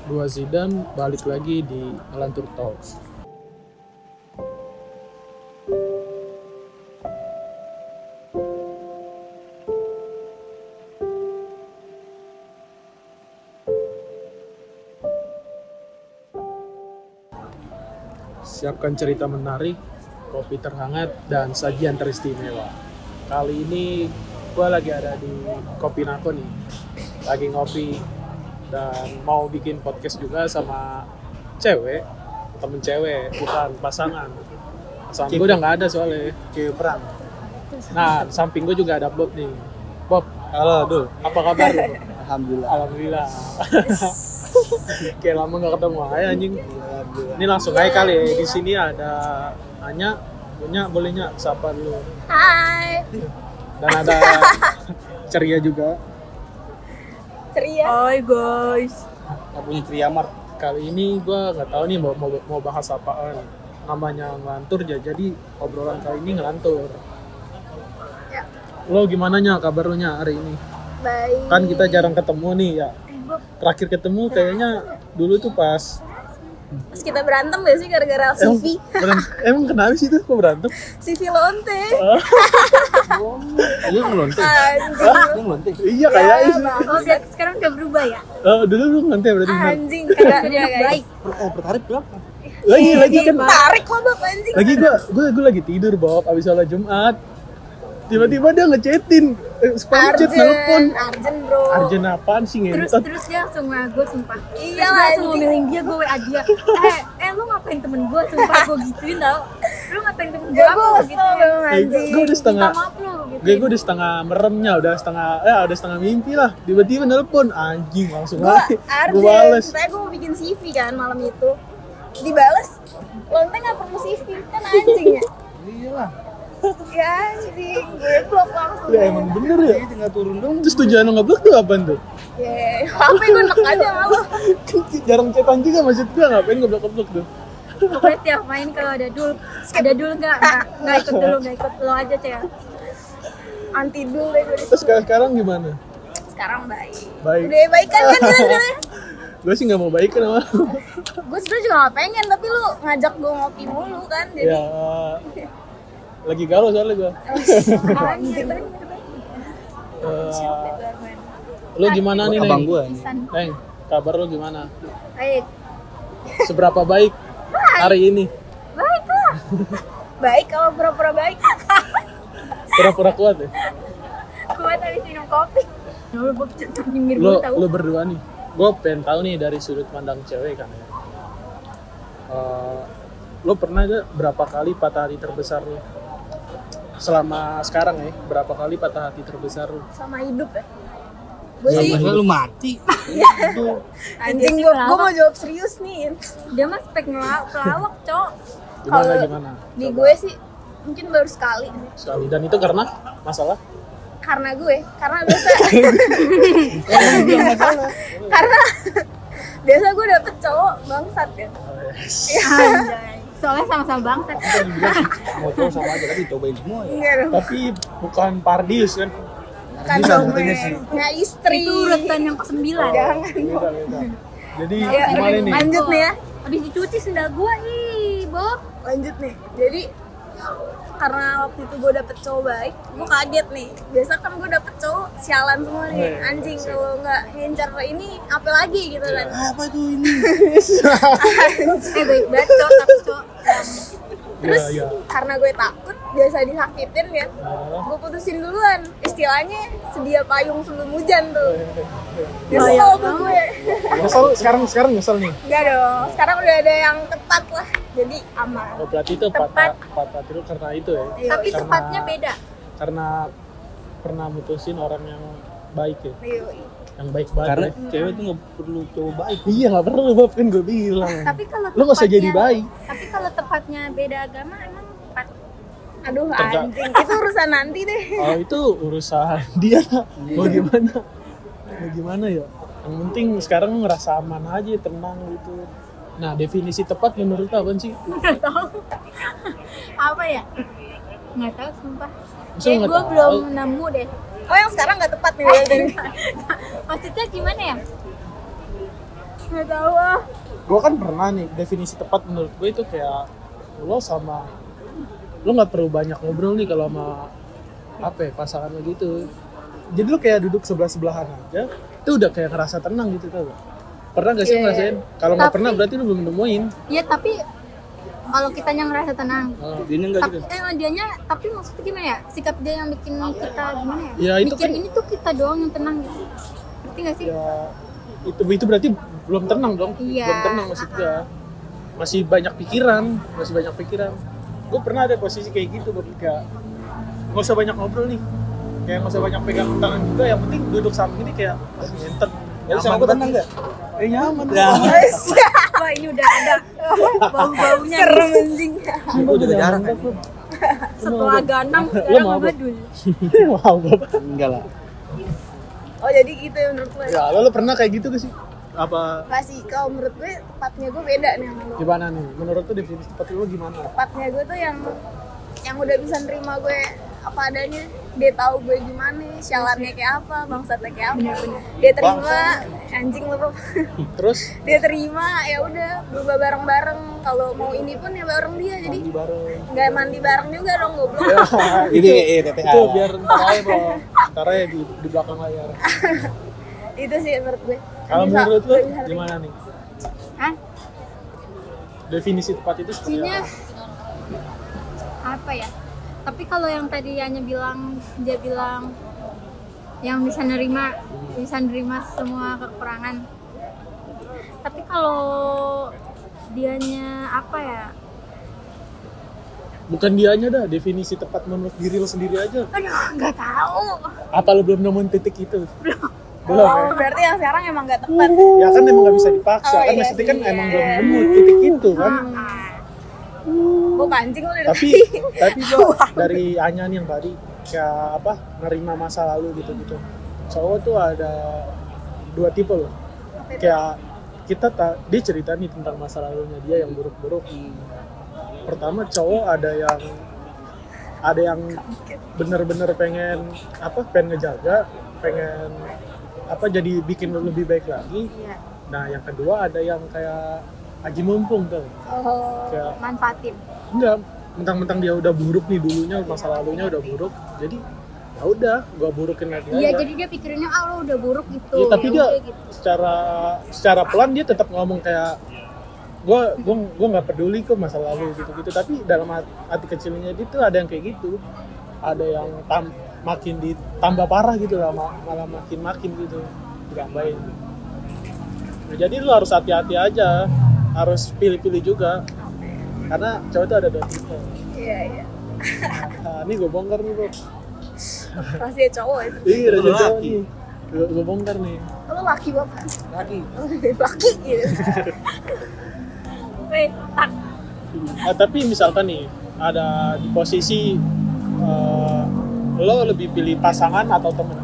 Gua Zidan balik lagi di Ngelantur Talks. Siapkan cerita menarik, kopi terhangat, dan sajian teristimewa. Kali ini gue lagi ada di Kopi Nako nih, lagi ngopi dan mau bikin podcast juga sama temen cewek, bukan pasangan. Pasangan gue udah nggak ada soalnya, Cewek perang. Nah, samping gue juga ada Bob nih. Bob, Halo, Dul. apa kabar lu? Alhamdulillah. Alhamdulillah. Kayak lama nggak ketemu aja anjing. Alhamdulillah. Ini langsung aja kali ya. Di sini ada Anya, boleh Nya sapa dulu. Hai. Dan ada Ceria juga. Ceria. Hai guys. Nggak punya Triamart. Kali ini gue nggak tahu nih mau bahas apaan. Namanya ngelantur ya, jadi obrolan kali ini ngelantur. Ya. Lo gimana Nya kabar lo Nya hari ini? Baik. Kan kita jarang ketemu nih ya. Bob, Terakhir ketemu kayaknya dulu tuh pas pas kita berantem gak sih gara-gara CV? emang kenapa sih tuh kok berantem? CV lonte. Lu ngelonting. Anjing. Lu ngelonting. Iya kayaknya sih. Oh, sekarang udah berubah ya? Dulu lu nanti berarti benar. Anjing kagak dia guys. Baik. Per tarif berapa? Lagi kan Tarik lo Bob anjing. lagi gue lagi tidur Bob abis sholat Jumat, tiba-tiba dia ngechatin spam chat nelpon. Arjen bro. Arjen apaan sih Terus ngentot? dia langsung gue sumpah. Iya, Terus gue langsung anjing. ngomelin dia, gue WA dia. Lu ngapain temen gue? Sumpah gue gituin tau. Lu ngapain temen gue? Ya Apa gue gue kesel dong gituin? anjing. Gue udah setengah Minta maaf lu gitu. gue udah setengah meremnya, udah setengah mimpi lah, tiba-tiba nelpon anjing langsung Gue aja gue Arjen. bales. Saya gue mau bikin CV kan malam itu. Dibales. Lonte nggak perlu CV kan anjing ya. Iyalah. Ya anjing. Gue blok langsung. Ya emang bener ya. Jadi tinggal turun dong. Terus tujuan lo ngeblok tuh apaan tuh? Ya, HP gue nek aja sama lo. Kan jarang chatan juga maksud gue, ngapain ngeblok-ngeblok tuh? Pokoknya tiap main kalau ada dul nggak ikut dulu, nggak ikut lo aja Cea. Anti dulu deh gue. Terus sekarang gimana? Sekarang baik. Baik. Udah baikan kan jalan-jalan. Gue sih nggak mau baikan sama lu. Gue sebenernya juga gak pengen, tapi lu ngajak gue ngopi mulu kan. Jadi Ya lagi galau soalnya gue. anjing. Lu gimana nih Abang Neng? gua nih. Neng, kabar lu gimana? Baik. Seberapa baik hari ini? Baik lah. Baik kalau pura-pura baik. Pura-pura kuat ya? Kuat habis minum kopi. Lu nyindir Lu gue tau. berdua nih, gue pengen tahu nih dari sudut pandang cewek kan ya. Lu pernah gak berapa kali patah hati terbesar lu? Selama sekarang ya, berapa kali patah hati terbesar lu? Sama hidup ya. Gue sih Masa lu mati? anjing, Dia sih gue mau jawab serius nih. Dia mah spek pelawak, Cok. Gimana? Di gue sih mungkin baru sekali. Sekali, dan itu karena masalah? Karena biasa karena biasa gue dapet cowok bangsat ya. Anjay. Soalnya sama-sama bangsat. Mau cowok sama aja tapi cobain semua ya. Enggak dong. Tapi bukan Pardis kan? Bukan Bisa, dong, katanya men. sih. Punya istri. Itu urutan yang ke-9. Jangan. Beda. Jadi Ya, gimana nih? lanjut nih ya. Habis dicuci sendal gua, Bob. Lanjut nih. Jadi karena waktu itu gue dapet cowok baik, gue kaget nih. Biasa kan gue dapet cowok sialan semua nih, anjing. Kalau nggak hencar ini apa lagi gitu kan. Apa itu ini? Baik banget, Cok, tapi Cok. Terus Iya. karena gue takut biasa disakitin kan, gue putusin duluan. Istilahnya sedia payung sebelum hujan tuh. Nyesel tuh gue. Nyesel sekarang nyesel nih. Enggak dong, sekarang udah ada yang tepat lah. Jadi aman. Oh, berarti itu patah hati lu karena itu ya? Tapi Karena- tepatnya beda. Karena pernah mutusin orang yang baik ya? Yoi. Yang baik banget Karena ya? cewek tuh nggak perlu cowok baik. Iya gak perlu Bob, kan gue bilang. Tapi kalau Lu gak usah jadi baik. Tapi kalau tepatnya beda agama emang tepat. Aduh Tegak. anjing, itu urusan nanti deh. Oh itu urusan dia lah. Mau gimana ya? Yang penting sekarang lu ngerasa aman aja, tenang gitu. Nah definisi tepat menurut lu apaan sih? Nggak tahu. Apa ya? Nggak tahu sumpah. Masa nggak Gue tahu? belum nemu deh. Oh yang sekarang nggak tepat nih berarti. Maksudnya gimana ya? Nggak tahu ah. Gue kan pernah nih, definisi tepat menurut gue itu kayak lo nggak perlu banyak ngobrol nih kalau sama pasangan lo gitu. Jadi lo kayak duduk sebelah-sebelahan aja, itu udah kayak ngerasa tenang gitu tau gak? Pernah gak sih ngerasain? Kalau nggak pernah berarti lo belum nemuin. Iya tapi kalau kitanya ngerasa tenang. Dia enggak Tapi gitu. dianya tapi maksudnya gimana ya? Sikap dia yang bikin kita gimana ya? Ya, itu mikir kan- ini tuh kita doang yang tenang gitu. Ngerti gak sih? Ya itu berarti belum tenang dong. Iya. Belum tenang maksud gue. Masih banyak pikiran. Gue pernah ada posisi kayak gitu ketika nggak usah banyak ngobrol nih, kayak nggak usah banyak pegang tangan juga, yang penting duduk sama gini kayak nyentet. Jadi sama gue tenang enggak? Nyaman. Ya. Wah ini udah ada bau-baunya. Serem anjing. Gue juga jarang kan. Setelah ganang Lo sekarang mau sama apa? badul. Wow, Bapak. Enggak lah. Oh jadi gitu ya menurut gue. Ya, lo pernah kayak gitu gak sih? Apa Nggak sih, kalau menurut gue tepatnya gue beda nih sama lo. gimana nih? Menurut lo definisi tepat lo gimana? Tepatnya gue tuh yang udah bisa nerima gue apa adanya. Dia tahu gue gimana, sialannya kayak apa, bangsatnya kayak apa. Dia terima, anjing lo bro. Terus Dia terima, ya udah berubah bareng-bareng. Kalau mau ini pun ya bareng dia, jadi mandi bareng. nggak mandi bareng juga dong goblok. Ini TTA. Itu biar ntar aja bro. Ntar aja di belakang layar. Itu sih menurut gue. Kalau Bisa- menurut lo bisa terima. gimana nih? Hah? Definisi tepat itu seperti Intinya apa? apa ya? Tapi kalau yang tadi dia bilang yang bisa nerima semua kekurangan. Tapi kalau dianya apa ya? Bukan dianya dah, definisi tepat menurut diri lo sendiri aja. Aduh, nggak tahu. Apa lo belum nemuin titik itu? Belum Oh, ya? berarti yang sekarang emang nggak tepat. Ya kan emang gak bisa dipaksa, Oh, kan iya maksudnya kan sih, emang iya. belum nemu titik itu kan. Gue pancing lo dari Tapi tadi. bro, dari Anya nih yang tadi kayak nerima masa lalu gitu. Cowok tuh ada dua tipe loh. Kayak dia cerita nih tentang masa lalunya dia yang buruk-buruk. Pertama cowok ada yang bener-bener pengen ngejaga, pengen jadi bikin lo lebih baik lagi. Iya, Nah yang kedua ada yang kayak aji mumpung tuh. Oh, Kayak manfaatin. enggak, mentang-mentang dia udah buruk nih dulunya, masa lalunya udah buruk, jadi ya udah gua burukin lagi Iya, aja. jadi dia pikirinnya lo udah buruk gitu. Ya, tapi Ya dia udah gitu. secara pelan dia tetap ngomong kayak gua nggak peduli kok masa lalu gitu, tapi dalam hati kecilnya dia tuh ada yang kayak gitu, ada yang makin ditambah parah gitu lah, malah makin gitu digambain. Nah, jadi lu harus hati-hati aja, harus pilih-pilih juga, karena cowok itu ada dua tipe. iya. Nah, ini gue bongkar nih bro. Pasti ya cowok itu. Iya, Lu udah cowok laki. nih. Gue bongkar nih. Lo laki bapak. Lagi. Laki gitu. Tak. Tapi misalkan nih ada di posisi lo lebih pilih pasangan atau temen?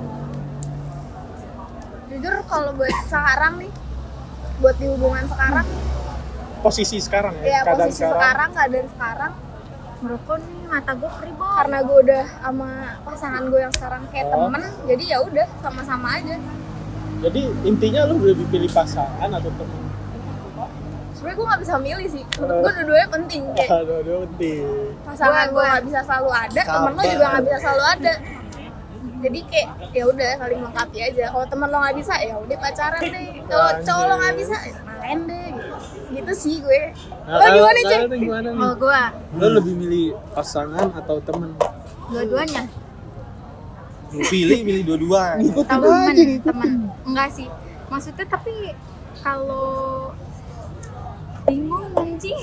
Jujur kalau buat sekarang nih, buat di hubungan sekarang, Posisi sekarang ya ya, keadaan posisi keadaan sekarang, Merokok nih mata gue peribau. karena gue udah sama pasangan gue yang sekarang kayak Oh. temen, jadi ya udah sama-sama aja. Jadi intinya lo lebih pilih pasangan atau temen? Sebenarnya gue nggak bisa milih sih, menurut gue dua-duanya penting. Kayak Aduh, penting. pasangan gue Gua- nggak bisa selalu ada, temen lo juga nggak bisa selalu ada. Jadi kayak ya udah saling melengkapi aja. Kalau temen lo nggak bisa ya udah pacaran deh. Kalau cowok lo nggak bisa ya main deh. Gitu sih gue. Nah, Lo gimana Cek? kalian gimana nih? Kalau gue Lo lebih milih pasangan atau temen? dua-duanya Pilih dua-dua. temen enggak sih, maksudnya tapi kalau bingung anjing.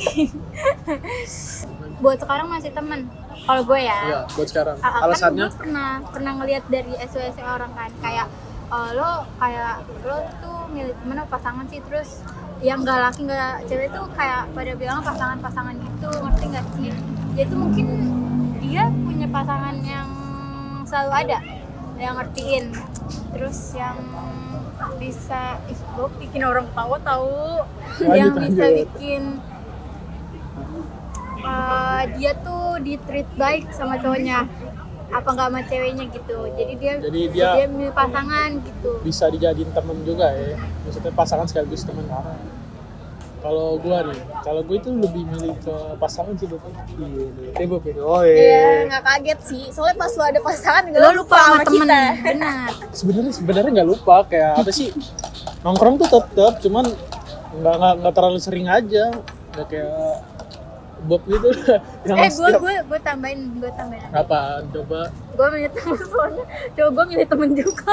Buat sekarang masih temen kalau gue ya. Iya, buat sekarang. Kan Alasannya? gue pernah ngelihat dari SOS orang kan kayak lo tuh milih temen apa pasangan sih, terus yang nggak laki nggak cewek tuh kayak pada bilang pasangan gitu, ngerti nggak sih? Jadi mungkin dia punya pasangan yang selalu ada yang ngertiin, terus yang bisa gue bikin orang tahu yang bisa lanjut. bikin dia tuh di treat baik sama cowoknya. apa nggak sama ceweknya gitu. Jadi Jadi dia dia milih pasangan gitu. bisa dijadiin temen juga ya, maksudnya pasangan sekaligus temen. Kalau gue itu lebih milih ke pasangan sih Bob. Iya, Bob ya. Oh Iya, nggak kaget sih. Soalnya pas lo ada pasangan juga Lo lupa sama temen, kita. benar. Sebenarnya nggak lupa, kayak apa sih, nongkrong tuh tetap, cuman nggak terlalu sering aja, nggak kayak Bob gitu yang Gue tambahin apa coba. gue milih temen soalnya coba gue milih temen juga.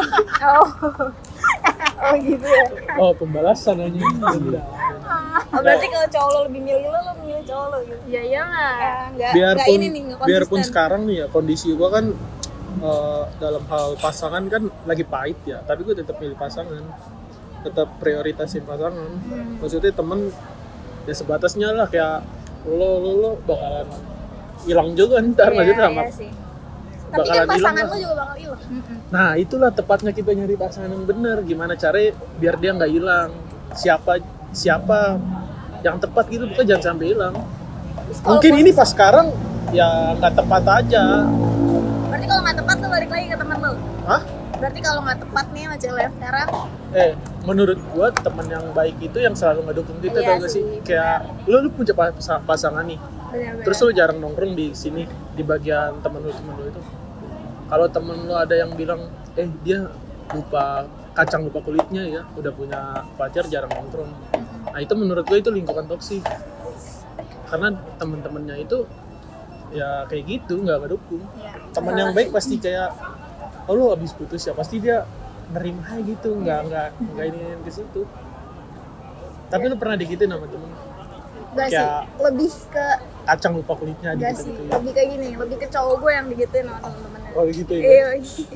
Oh gitu ya. Oh, pembalasan aja. Oh, berarti kalau cowok lo lebih milih lo milih cowok lo gitu. Ya iyalah. Ya, nggak biarpun ini nih, nggak konsisten. biarpun sekarang nih ya kondisi gua kan dalam hal pasangan kan lagi pahit ya, tapi gue tetap milih pasangan, tetap prioritasin pasangan. Maksudnya temen ya sebatasnya lah, kayak lo bakalan hilang juga ntar, maksudnya sama Iya sih. Tapi kan bakalan pasangan hilang lo lah. juga bakal hilang. Nah itulah tepatnya kita nyari pasangan yang bener, gimana caranya biar dia nggak hilang, siapa yang tepat gitu, bukan jangan sampai hilang. Terus kalau Mungkin ini pas sekarang ya nggak tepat aja. Berarti kalau nggak tepat lo balik lagi ke teman lo. Hah? Berarti kalau nggak tepat nih sama cewek yang sekarang, Menurut gua teman yang baik itu yang selalu ngedukung kita, Iya tau gak sih? sih, Kayak lu punya pasangan nih, benar-benar. terus lu jarang nongkrong di sini, di bagian temen lu itu. Kalau temen lu ada yang bilang, dia lupa kulitnya ya, udah punya pacar jarang nongkrong. Nah itu menurut gua itu lingkungan toksik. Karena temen-temennya itu ya kayak gitu, nggak ngedukung. Ya. Teman yang baik pasti kayak, oh lu abis putus ya, pasti dia nerima aja gitu, nggak ini ke situ. Tapi lu pernah digituin sama temen? Gak sih, Kayak lebih ke kacang lupa kulitnya gak gitu sih, gitu. lebih kayak gini, lebih ke cowok gue yang digituin sama temen-temennya. Oh gitu ya. Iya,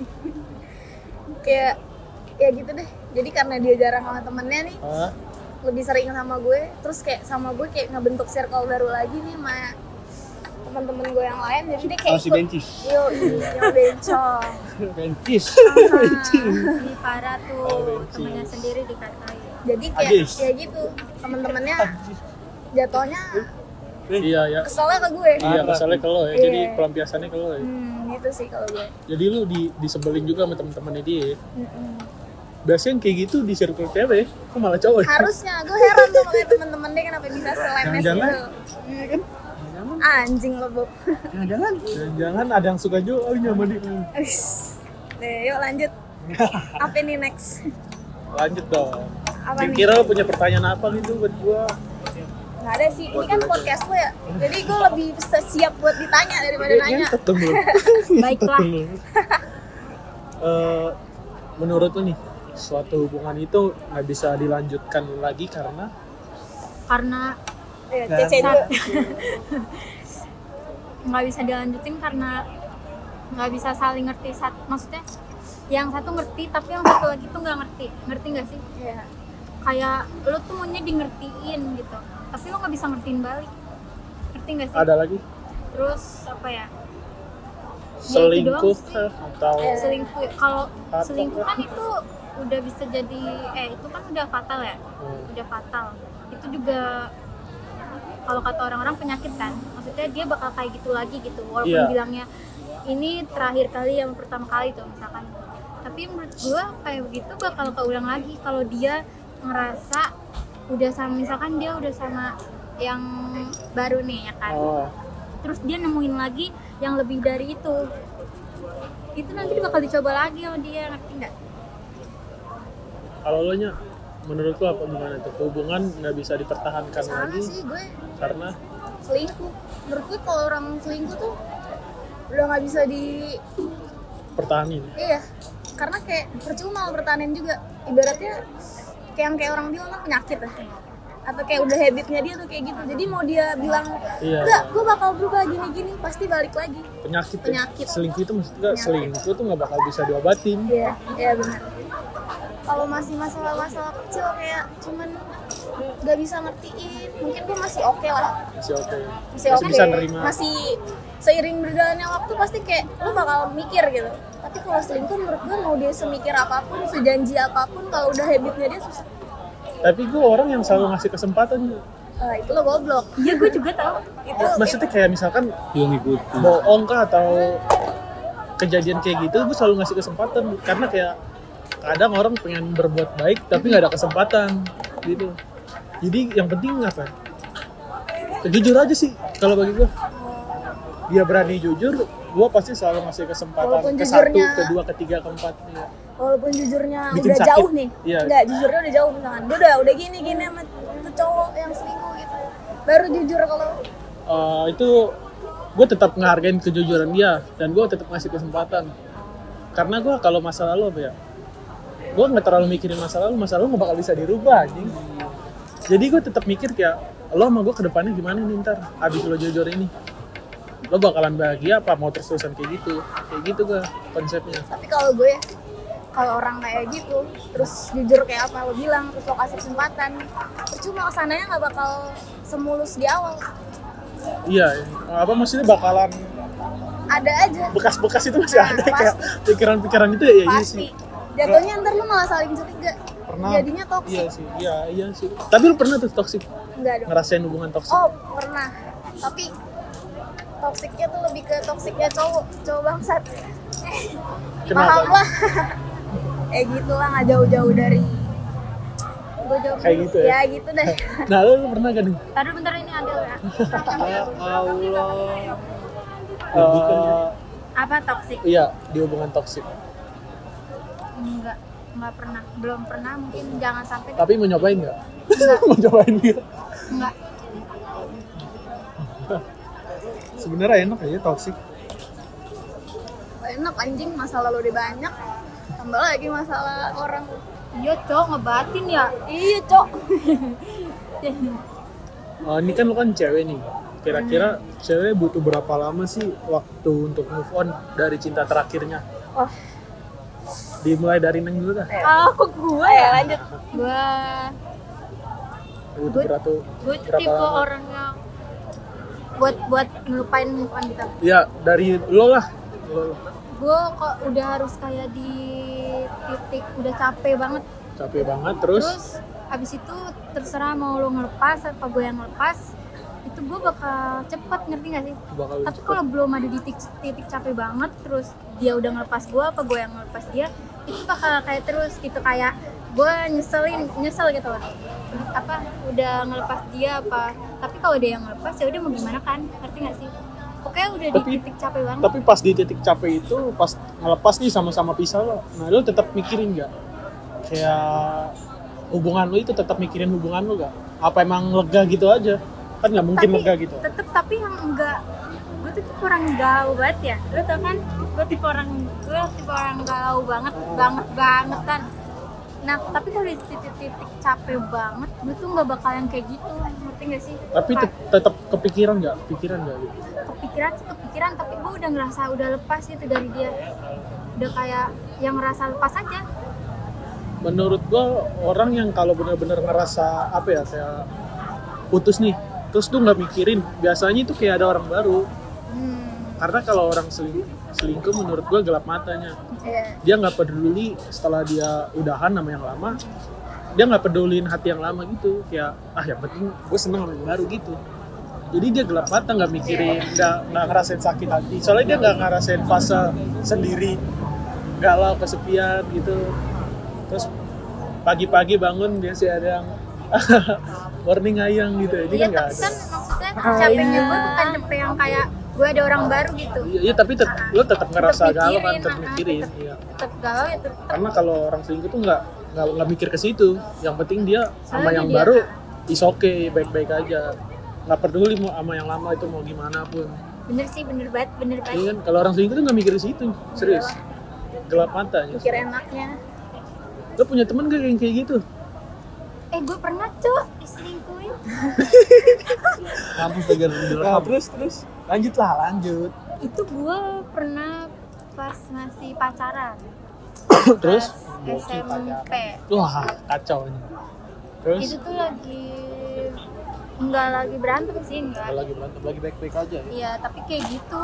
kayak ya gitu deh. Jadi karena dia jarang sama temennya nih, Hah? lebih sering sama gue, terus kayak sama gue kayak ngebentuk circle baru lagi nih sama teman-teman gue yang lain. Jadi dia kayak si bencis. yo bencong. Bencis. Ini parah tuh, temennya sendiri dikatain. Jadi kayak Ajis. ya gitu, temen-temennya jatuhnya Iya ya. keselnya ke gue. Iya kesalnya ke lo ya. Iya. Jadi pelampiasannya ke lo ya. Gitu sih kalau gue. Jadi lu disebelin juga sama temen-temennya dia. Biasanya yang kayak gitu di circle cewek, kok malah cowok? Harusnya gue heran tuh makanya temen-temen dia kenapa bisa selemes Jangan-jangan. gitu. Anjing lo Bob. Jangan ada yang suka juga sama dia. Deh, yuk lanjut. Apa nih next? Lanjut dong. Apa nih? Kira lo punya pertanyaan apa gitu buat gua? Nggak ada sih, ini kan podcast lo ya. Jadi gue lebih siap buat ditanya daripada nanya. Ketemu. Baiklah. Menurut lo nih, suatu hubungan itu nggak bisa dilanjutkan lagi karena Ya, Cece dulu. nggak bisa dilanjutin karena nggak bisa saling ngerti. Maksudnya yang satu ngerti tapi yang satu lagi tuh nggak ngerti nggak sih? Iya. Kayak lo tuh maunya di ngertiin gitu, tapi lo nggak bisa ngertiin balik. Ngerti nggak sih? ada lagi Terus apa ya? selingkuh sih. kah? Atau Selingkuh, kalau Fatal. selingkuh kan itu udah bisa jadi itu kan udah fatal ya. Udah fatal. Itu juga kalau kata orang-orang penyakit kan, maksudnya dia bakal kayak gitu lagi gitu, walaupun Iya. bilangnya ini terakhir kali yang pertama kali tuh misalkan, tapi menurut gua kayak begitu bakal keulang lagi kalau dia ngerasa udah sama, misalkan dia udah sama yang baru nih ya kan, terus dia nemuin lagi yang lebih dari itu nanti bakal dicoba lagi sama dia, ngerti nggak? kalau lo nya, menurut lo apa gimana tuh? Hubungan nggak bisa dipertahankan Sama lagi sih gue karena selingkuh. Menurut gue kalau orang selingkuh tuh udah nggak bisa pertahanin. Iya, karena kayak percuma lo bertahanin juga. Ibaratnya kayak orang bilang kan penyakit lah, atau kayak udah habitnya dia tuh kayak gitu. Jadi mau dia bilang Iya. enggak, gue bakal berubah gini-gini, pasti balik lagi. Penyakit. Penyakit. Selingkuh itu maksudnya Penyakit. selingkuh tuh nggak bakal bisa diobatin. Iya, iya benar. Kalau masih masalah-masalah kecil kayak cuman nggak bisa ngertiin, mungkin gue masih oke lah, Masih oke. masih Masih oke. bisa nerima. Masih seiring berjalannya waktu pasti kayak lo bakal mikir gitu. Tapi kalau selingkuh menurut gue mau dia semikir apapun, sejanji apapun, kalau udah habitnya dia susah. Tapi gue orang yang selalu ngasih kesempatan. Itu lo goblok. Iya gue juga tahu. Itu Maksudnya kayak misalkan Dia ngikutin. bohong kah atau kejadian kayak gitu gue selalu ngasih kesempatan, karena kayak kadang orang pengen berbuat baik tapi nggak ada kesempatan gitu. Jadi yang penting apa? Jujur aja sih kalau bagi gue. Dia berani jujur, gue pasti selalu ngasih kesempatan Walaupun ke jujurnya- 1, ke 2, ke 3, ke 4. Ya. Walaupun jujurnya Bikin udah sakit. jauh nih, Iya. enggak, jujurnya udah jauh misalkan, dia udah gini sama tuh cowok yang selingkuh gitu, baru jujur kalau Itu gue tetap ngehargain kejujuran dia dan gue tetap ngasih kesempatan. Karena gue kalau masa lalu apa ya, gue nggak terlalu mikirin masa lalu nggak bakal bisa dirubah anjing. Jadi gue tetap mikir kayak lo sama gue kedepannya gimana nih ntar abis lo jujur ini, lo bakalan bahagia apa mau terus-terusan kayak gitu gue konsepnya. tapi kalau gue kalau orang kayak gitu terus jujur kayak apa lo bilang terus lo kasih kesempatan, percuma kesananya nggak bakal semulus di awal, Iya, apa maksudnya bakalan ada aja bekas-bekas itu masih Nah, ada pasti. kayak pikiran-pikiran itu ya, iya pasti sih. jatuhnya ntar lo malah saling curiga, Pernah. jadinya toksik. Iya sih, iya sih. Tapi lo pernah tuh toksik, Enggak dong. ngerasain hubungan toksik? Oh pernah, tapi toksiknya tuh lebih ke toksiknya cowok bangsat. Kenapa? Paham lah. Gitulah, nggak jauh-jauh dari Gue jawab Kayak dulu. gitu ya. ya gitu deh. Nah lo pernah gak nih? Taruh bentar, ini ada ya. Ya Allah. Apa toksik? Iya, di hubungan toksik. Enggak pernah, belum pernah, mungkin jangan sampai deh. Tapi mau nyobain nggak? Enggak. Mau nyobain nggak? Enggak. Sebenarnya enak aja toksik. Enak anjing, masalah lo udah banyak, tambah lagi masalah orang. Iya, Cok, ngebatin ya. Iya cok. Ini kan lo kan cewek nih. Kira-kira cewek butuh berapa lama sih waktu untuk move on dari cinta terakhirnya? Wah, Dimulai dari Neng dulu dah. Kok gue ya? lanjut. Gue Butuh berapa? tuh Berapa tipe lama? orang yang buat ngelupain move on gitu. Ya dari lo lah. Lo Gue kok udah harus kayak di titik udah capek banget. capek banget terus. Abis itu terserah mau lo ngelepas apa gue yang ngelepas, itu gue bakal cepet, ngerti gak sih? Bakal Tapi cepet. kalau belum ada di titik capek banget, terus dia udah ngelepas gue apa gue yang ngelepas dia, itu bakal kayak terus gitu, kayak gue nyesel gitu lah. Apa udah ngelepas dia apa? Tapi kalau dia yang ngelepas ya udah mau gimana kan, ngerti gak sih? Pokoknya udah di Tapi- titik capek banget. Tapi pas di titik capek itu, pas ngelepas nih sama-sama pisah lo, nah lo tetap mikirin nggak? Kayak hubungan lo itu tetap mikirin hubungan lo nggak? Apa emang lega gitu aja? Kan nggak mungkin lega gitu. Tapi yang enggak, gue tuh tipe orang galau banget ya, lo tau kan? Gue tipe orang galau banget kan. Nah tapi kalau di titik capek banget, gue tuh nggak bakal yang kayak gitu, ngerti gak sih? Tapi tetap kepikiran nggak? Pikiran nggak gitu? Kepikiran, tapi gue udah ngerasa udah lepas gitu dari dia, udah kayak yang ngerasa lepas aja. Menurut gua orang yang kalau benar-benar ngerasa apa ya, kayak putus nih, terus tuh nggak mikirin, biasanya itu kayak ada orang baru. Karena kalau orang selingkuh menurut gua gelap matanya. Iya. Dia nggak peduli setelah dia udahan sama yang lama, dia nggak pedulin hati yang lama gitu, kayak yang penting gue seneng sama yang baru gitu. Jadi dia gelap mata, nggak mikirin, nggak ngerasain sakit hati, soalnya dia nggak ngerasain fase sendiri, galau, kesepian gitu. Terus pagi-pagi bangun biasa ada yang morning ayang gitu, ini Iya, kan nggak tapi ada. kan maksudnya capeknya gue bukan capek yang kayak gue ada orang baru gitu. Iya, tapi lo tetap ngerasa Tetep galau kan, mikirin, tetap mikirin. Iya. Tetap galau ya tetep. Karena kalau orang selingkuh tuh nggak mikir ke situ, yang penting dia sama Soalnya yang dia- baru is okay, baik-baik aja, nggak peduli mau sama yang lama itu mau gimana pun. Bener sih, bener banget. Iya kan, kalau orang selingkuh tuh nggak mikir ke situ, serius, gelap matanya. Mikir enaknya. Lo punya temen gak yang kayak gitu? Gue pernah diselingkuhin. Kampus lagi Nah, terus lanjut. Itu gue pernah pas masih pacaran. Terus Pas SMP. wah kacau ini. Terus Itu tuh lagi nggak lagi berantem sih, enggak. lagi berantem, lagi baik-baik aja ya. Iya, tapi kayak gitu.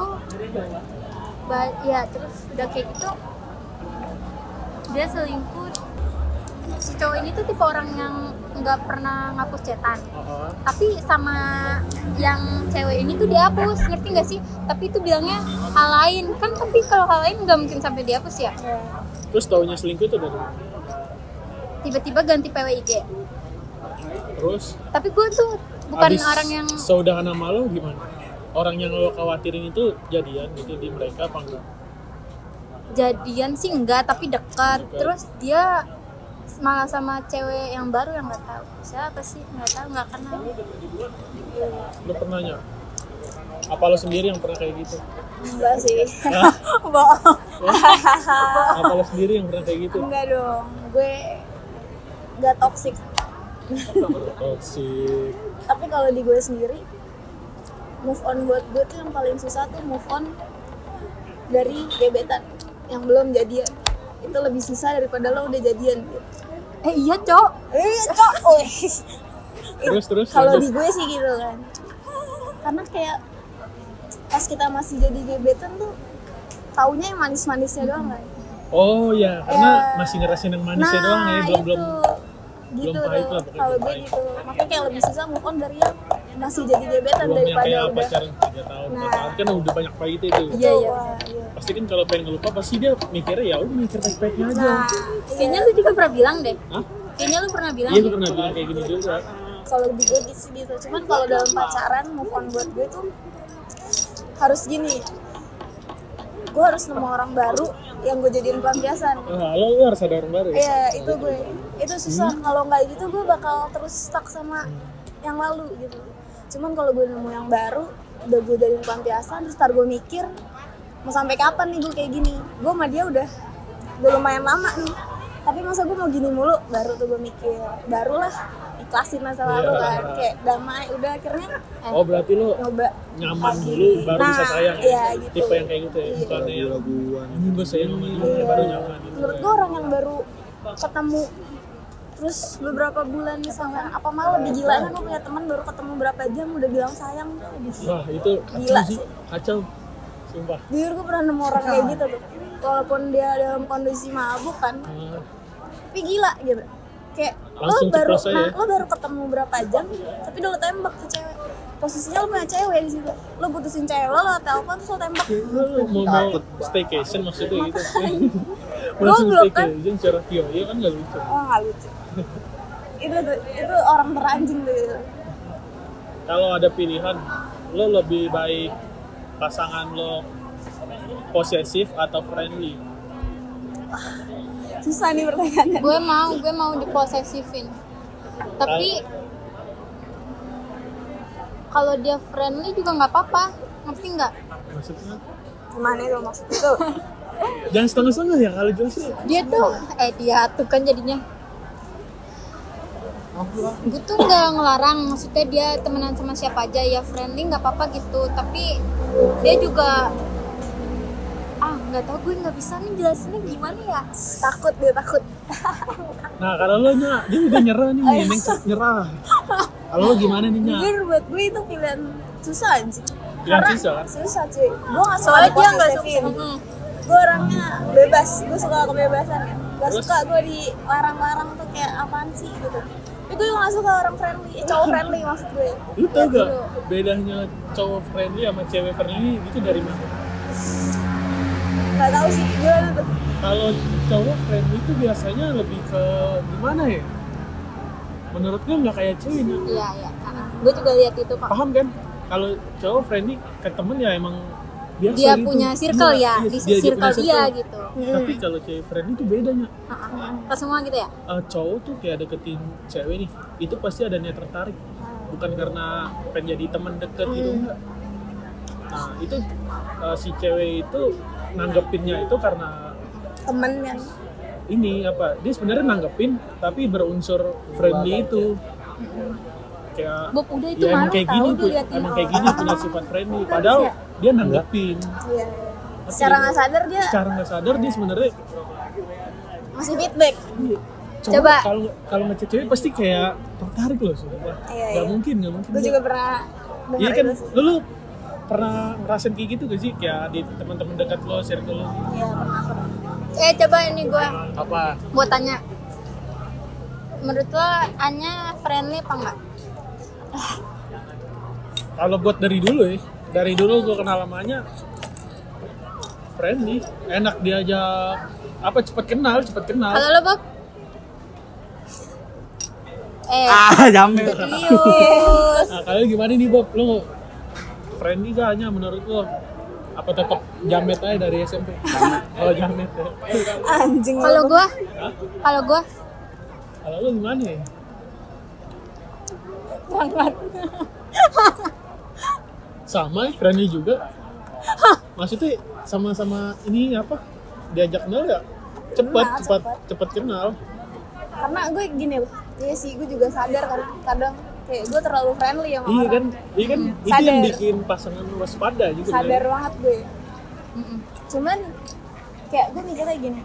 Ya, terus udah kayak gitu dia selingkuh. si cowok ini tuh tipe orang yang nggak pernah ngapus chatan. Tapi sama yang cewek ini tuh dihapus, ngerti nggak sih? Tapi itu bilangnya hal lain kan, tapi kalau hal lain nggak mungkin sampai dihapus ya. Terus taunya selingkuh itu dari mana? Tiba-tiba ganti PWIG. Terus Tapi gue tuh bukan abis orang yang saudahan sama lo gimana? Orang yang lo khawatirin itu jadian gitu di mereka apa enggak? jadian sih enggak, tapi dekat. Terus dia malah sama cewek yang baru yang nggak tahu siapa sih, nggak tahu, nggak kenal. Lo pernah nggak? Apa lo sendiri yang pernah kayak gitu? Enggak sih. Hah? Bohong. Apa lo sendiri yang pernah kayak gitu? Enggak dong. Gue enggak toksik. Toxic. Tapi kalau di gue sendiri, move on buat gue tuh yang paling susah tuh move on dari gebetan yang belum jadian. Itu lebih susah daripada lo udah jadian gitu. Iya cok. Cok. Terus Kalau lanjut. di gue sih gitu kan. Karena kayak pas kita masih jadi gebetan tuh taunya yang manis-manisnya doang kan. Oh ya, karena Ya. masih ngerasain yang manisnya doang ya, belum gitu pahit tuh. lah pokoknya, Kalau belum gue pahit. gitu, makanya kayak lebih susah move on dari yang masih jadi gebetan yang daripada kayak udah. pacaran 3 tahun, 4 Nah. tahun kan udah banyak pahit itu. Iya, iya. Wah, iya. Pasti kan kalau pengen ngelupa pasti dia mikirnya ya udah mikir baik-baiknya aja. Nah, Kayaknya lu juga pernah bilang deh. Hah? Kayaknya lu pernah bilang. Iya, gue pernah bilang kayak gini juga. kalau di gue gitu. Cuman kalau dalam pacaran move on buat gue tuh harus gini. Gue harus nemu orang baru yang gue jadiin pelampiasan. Lo harus ada orang baru ya? Iya, itu gue. Itu susah. Kalau nggak gitu gue bakal terus stuck sama yang lalu gitu. Cuman kalau gue nemu yang baru, udah gue jadiin pelampiasan, terus ntar gue mikir mau sampai kapan nih gue kayak gini. Gue sama dia udah lumayan lama nih. Tapi masa gue mau gini mulu, baru tuh gue mikir, barulah ikhlasin masa lalu kan, kayak damai. Udah akhirnya Oh berarti lo nyoba nyaman lagi. dulu baru bisa Nah, sayang iya, ya? gitu. Tipe yang kayak gitu ya? Bukannya yang ini gue sayang sama dia, baru nyaman gitu. Menurut gue orang yang baru ketemu terus beberapa bulan misalkan, apa malah lebih gilanya gue punya teman baru ketemu berapa jam udah bilang sayang tuh lebih Wah itu kacau Gila sih, sih. kacau. Sumpah. jujur gue pernah nemu orang kayak gitu tuh, walaupun dia dalam kondisi mabuk kan, tapi gila gitu. Kayak Langsung lo baru ceplos aja ya? lo baru ketemu berapa jam tapi udah lo tembak tuh cewek, posisinya lo punya cewek di situ, lo putusin cewek lo telepon terus lo tembak. Lo mau staycation maksudnya gitu? Gua Langsung belum kan. staycation secara kioi kan gak lucu. Oh nggak lucu. itu orang teranjing tuh gitu. Kalau ada pilihan, lo lebih baik pasangan lo posesif atau friendly? Susah nih pertanyaannya. Gue mau diposesifin. Tapi kalau dia friendly juga nggak apa-apa, ngerti nggak? Maksudnya? Gimana itu maksud itu? Jangan setengah-setengah ya kalau jelasnya. Dia tuh kan jadinya. Gue tuh nggak ngelarang, maksudnya dia temenan sama siapa aja ya, friendly nggak apa-apa gitu. Tapi dia juga nggak tahu, gue nggak bisa nih jelasinnya gimana ya. Takut. Nah kalau lo Nya, dia udah nyerah nih, Neng nyerah. Kalau lo gimana nih Nya? Jujur buat gue itu pilihan susah anjing. Yang Karena susah kan? susah cuy. Gue gak suka Soalnya dia nggak diposesifin. suka. Gue orangnya bebas, gue suka kebebasan. Gak Terus? suka gue dilarang-larang tuh kayak apaan sih gitu. Tapi gue gak suka orang friendly, cowok friendly maksud gue. Lu tau Ya, gak dulu. bedanya cowok friendly sama cewek friendly itu dari mana? Gak tau sih, gimana tuh? Kalau cowok friendly itu biasanya lebih ke gimana ya? Menurut gue nggak kayak cewek Nya. Iya. Gue juga lihat itu kok. Paham kan? Kalau cowok friendly ke temen ya emang biasa Dia gitu. punya circle Iya, ya, di dia circle punya dia circle. gitu. Tapi kalau cewek friendly itu bedanya. Ke semua gitu ya? Cowok tuh kayak deketin cewek nih, itu pasti ada niat tertarik, bukan karena pengen jadi teman deket gitu enggak. Nah itu si cewek itu nanggepinnya itu karena Temen yang ini apa? Dia sebenarnya nanggepin tapi berunsur friendly itu. Kayak Bob udah itu ya emang malu kayak tahu gini tuh, diliatin emang orang. kayak gini punya sifat friendly. Padahal dia nanggepin. iya. Secara gak sadar dia Secara nggak sadar dia sebenarnya masih feedback. cowok Coba. kalau ngechat cewek pasti kayak tertarik loh sumpah. Iya, Gak iya. mungkin. Gue juga pernah Iya dengar kan, itu sih. lu pernah ngerasain kayak gitu gak sih? Kayak di teman-teman dekat lo, circle lo? Iya pernah. Coba ini gue Apa? tanya. menurut lo Anya friendly apa enggak? Kalau buat dari dulu gue kenal lamanya friendly, enak diajak cepet kenal. Kalau lo Bob? Jamet. Serius. Nah, kalian gimana nih Bob? Lo friendly gak hanya menurut lo? Apa tetap jamet aja dari SMP? Oh jamet ya. Anjing. Kalau gue Kalau lo gimana ya? sangat. Sama friendly juga. Maksudnya sama-sama ini apa? Diajak kenal ya? Cepet kenal. Karena gue gini, iya sih gue juga sadar kadang kayak gue terlalu friendly sama Iya orang. kan itu Sadar. yang bikin pasangan lu waspada juga. Sadar kan? banget gue. Cuman kayak gue mikirnya gini,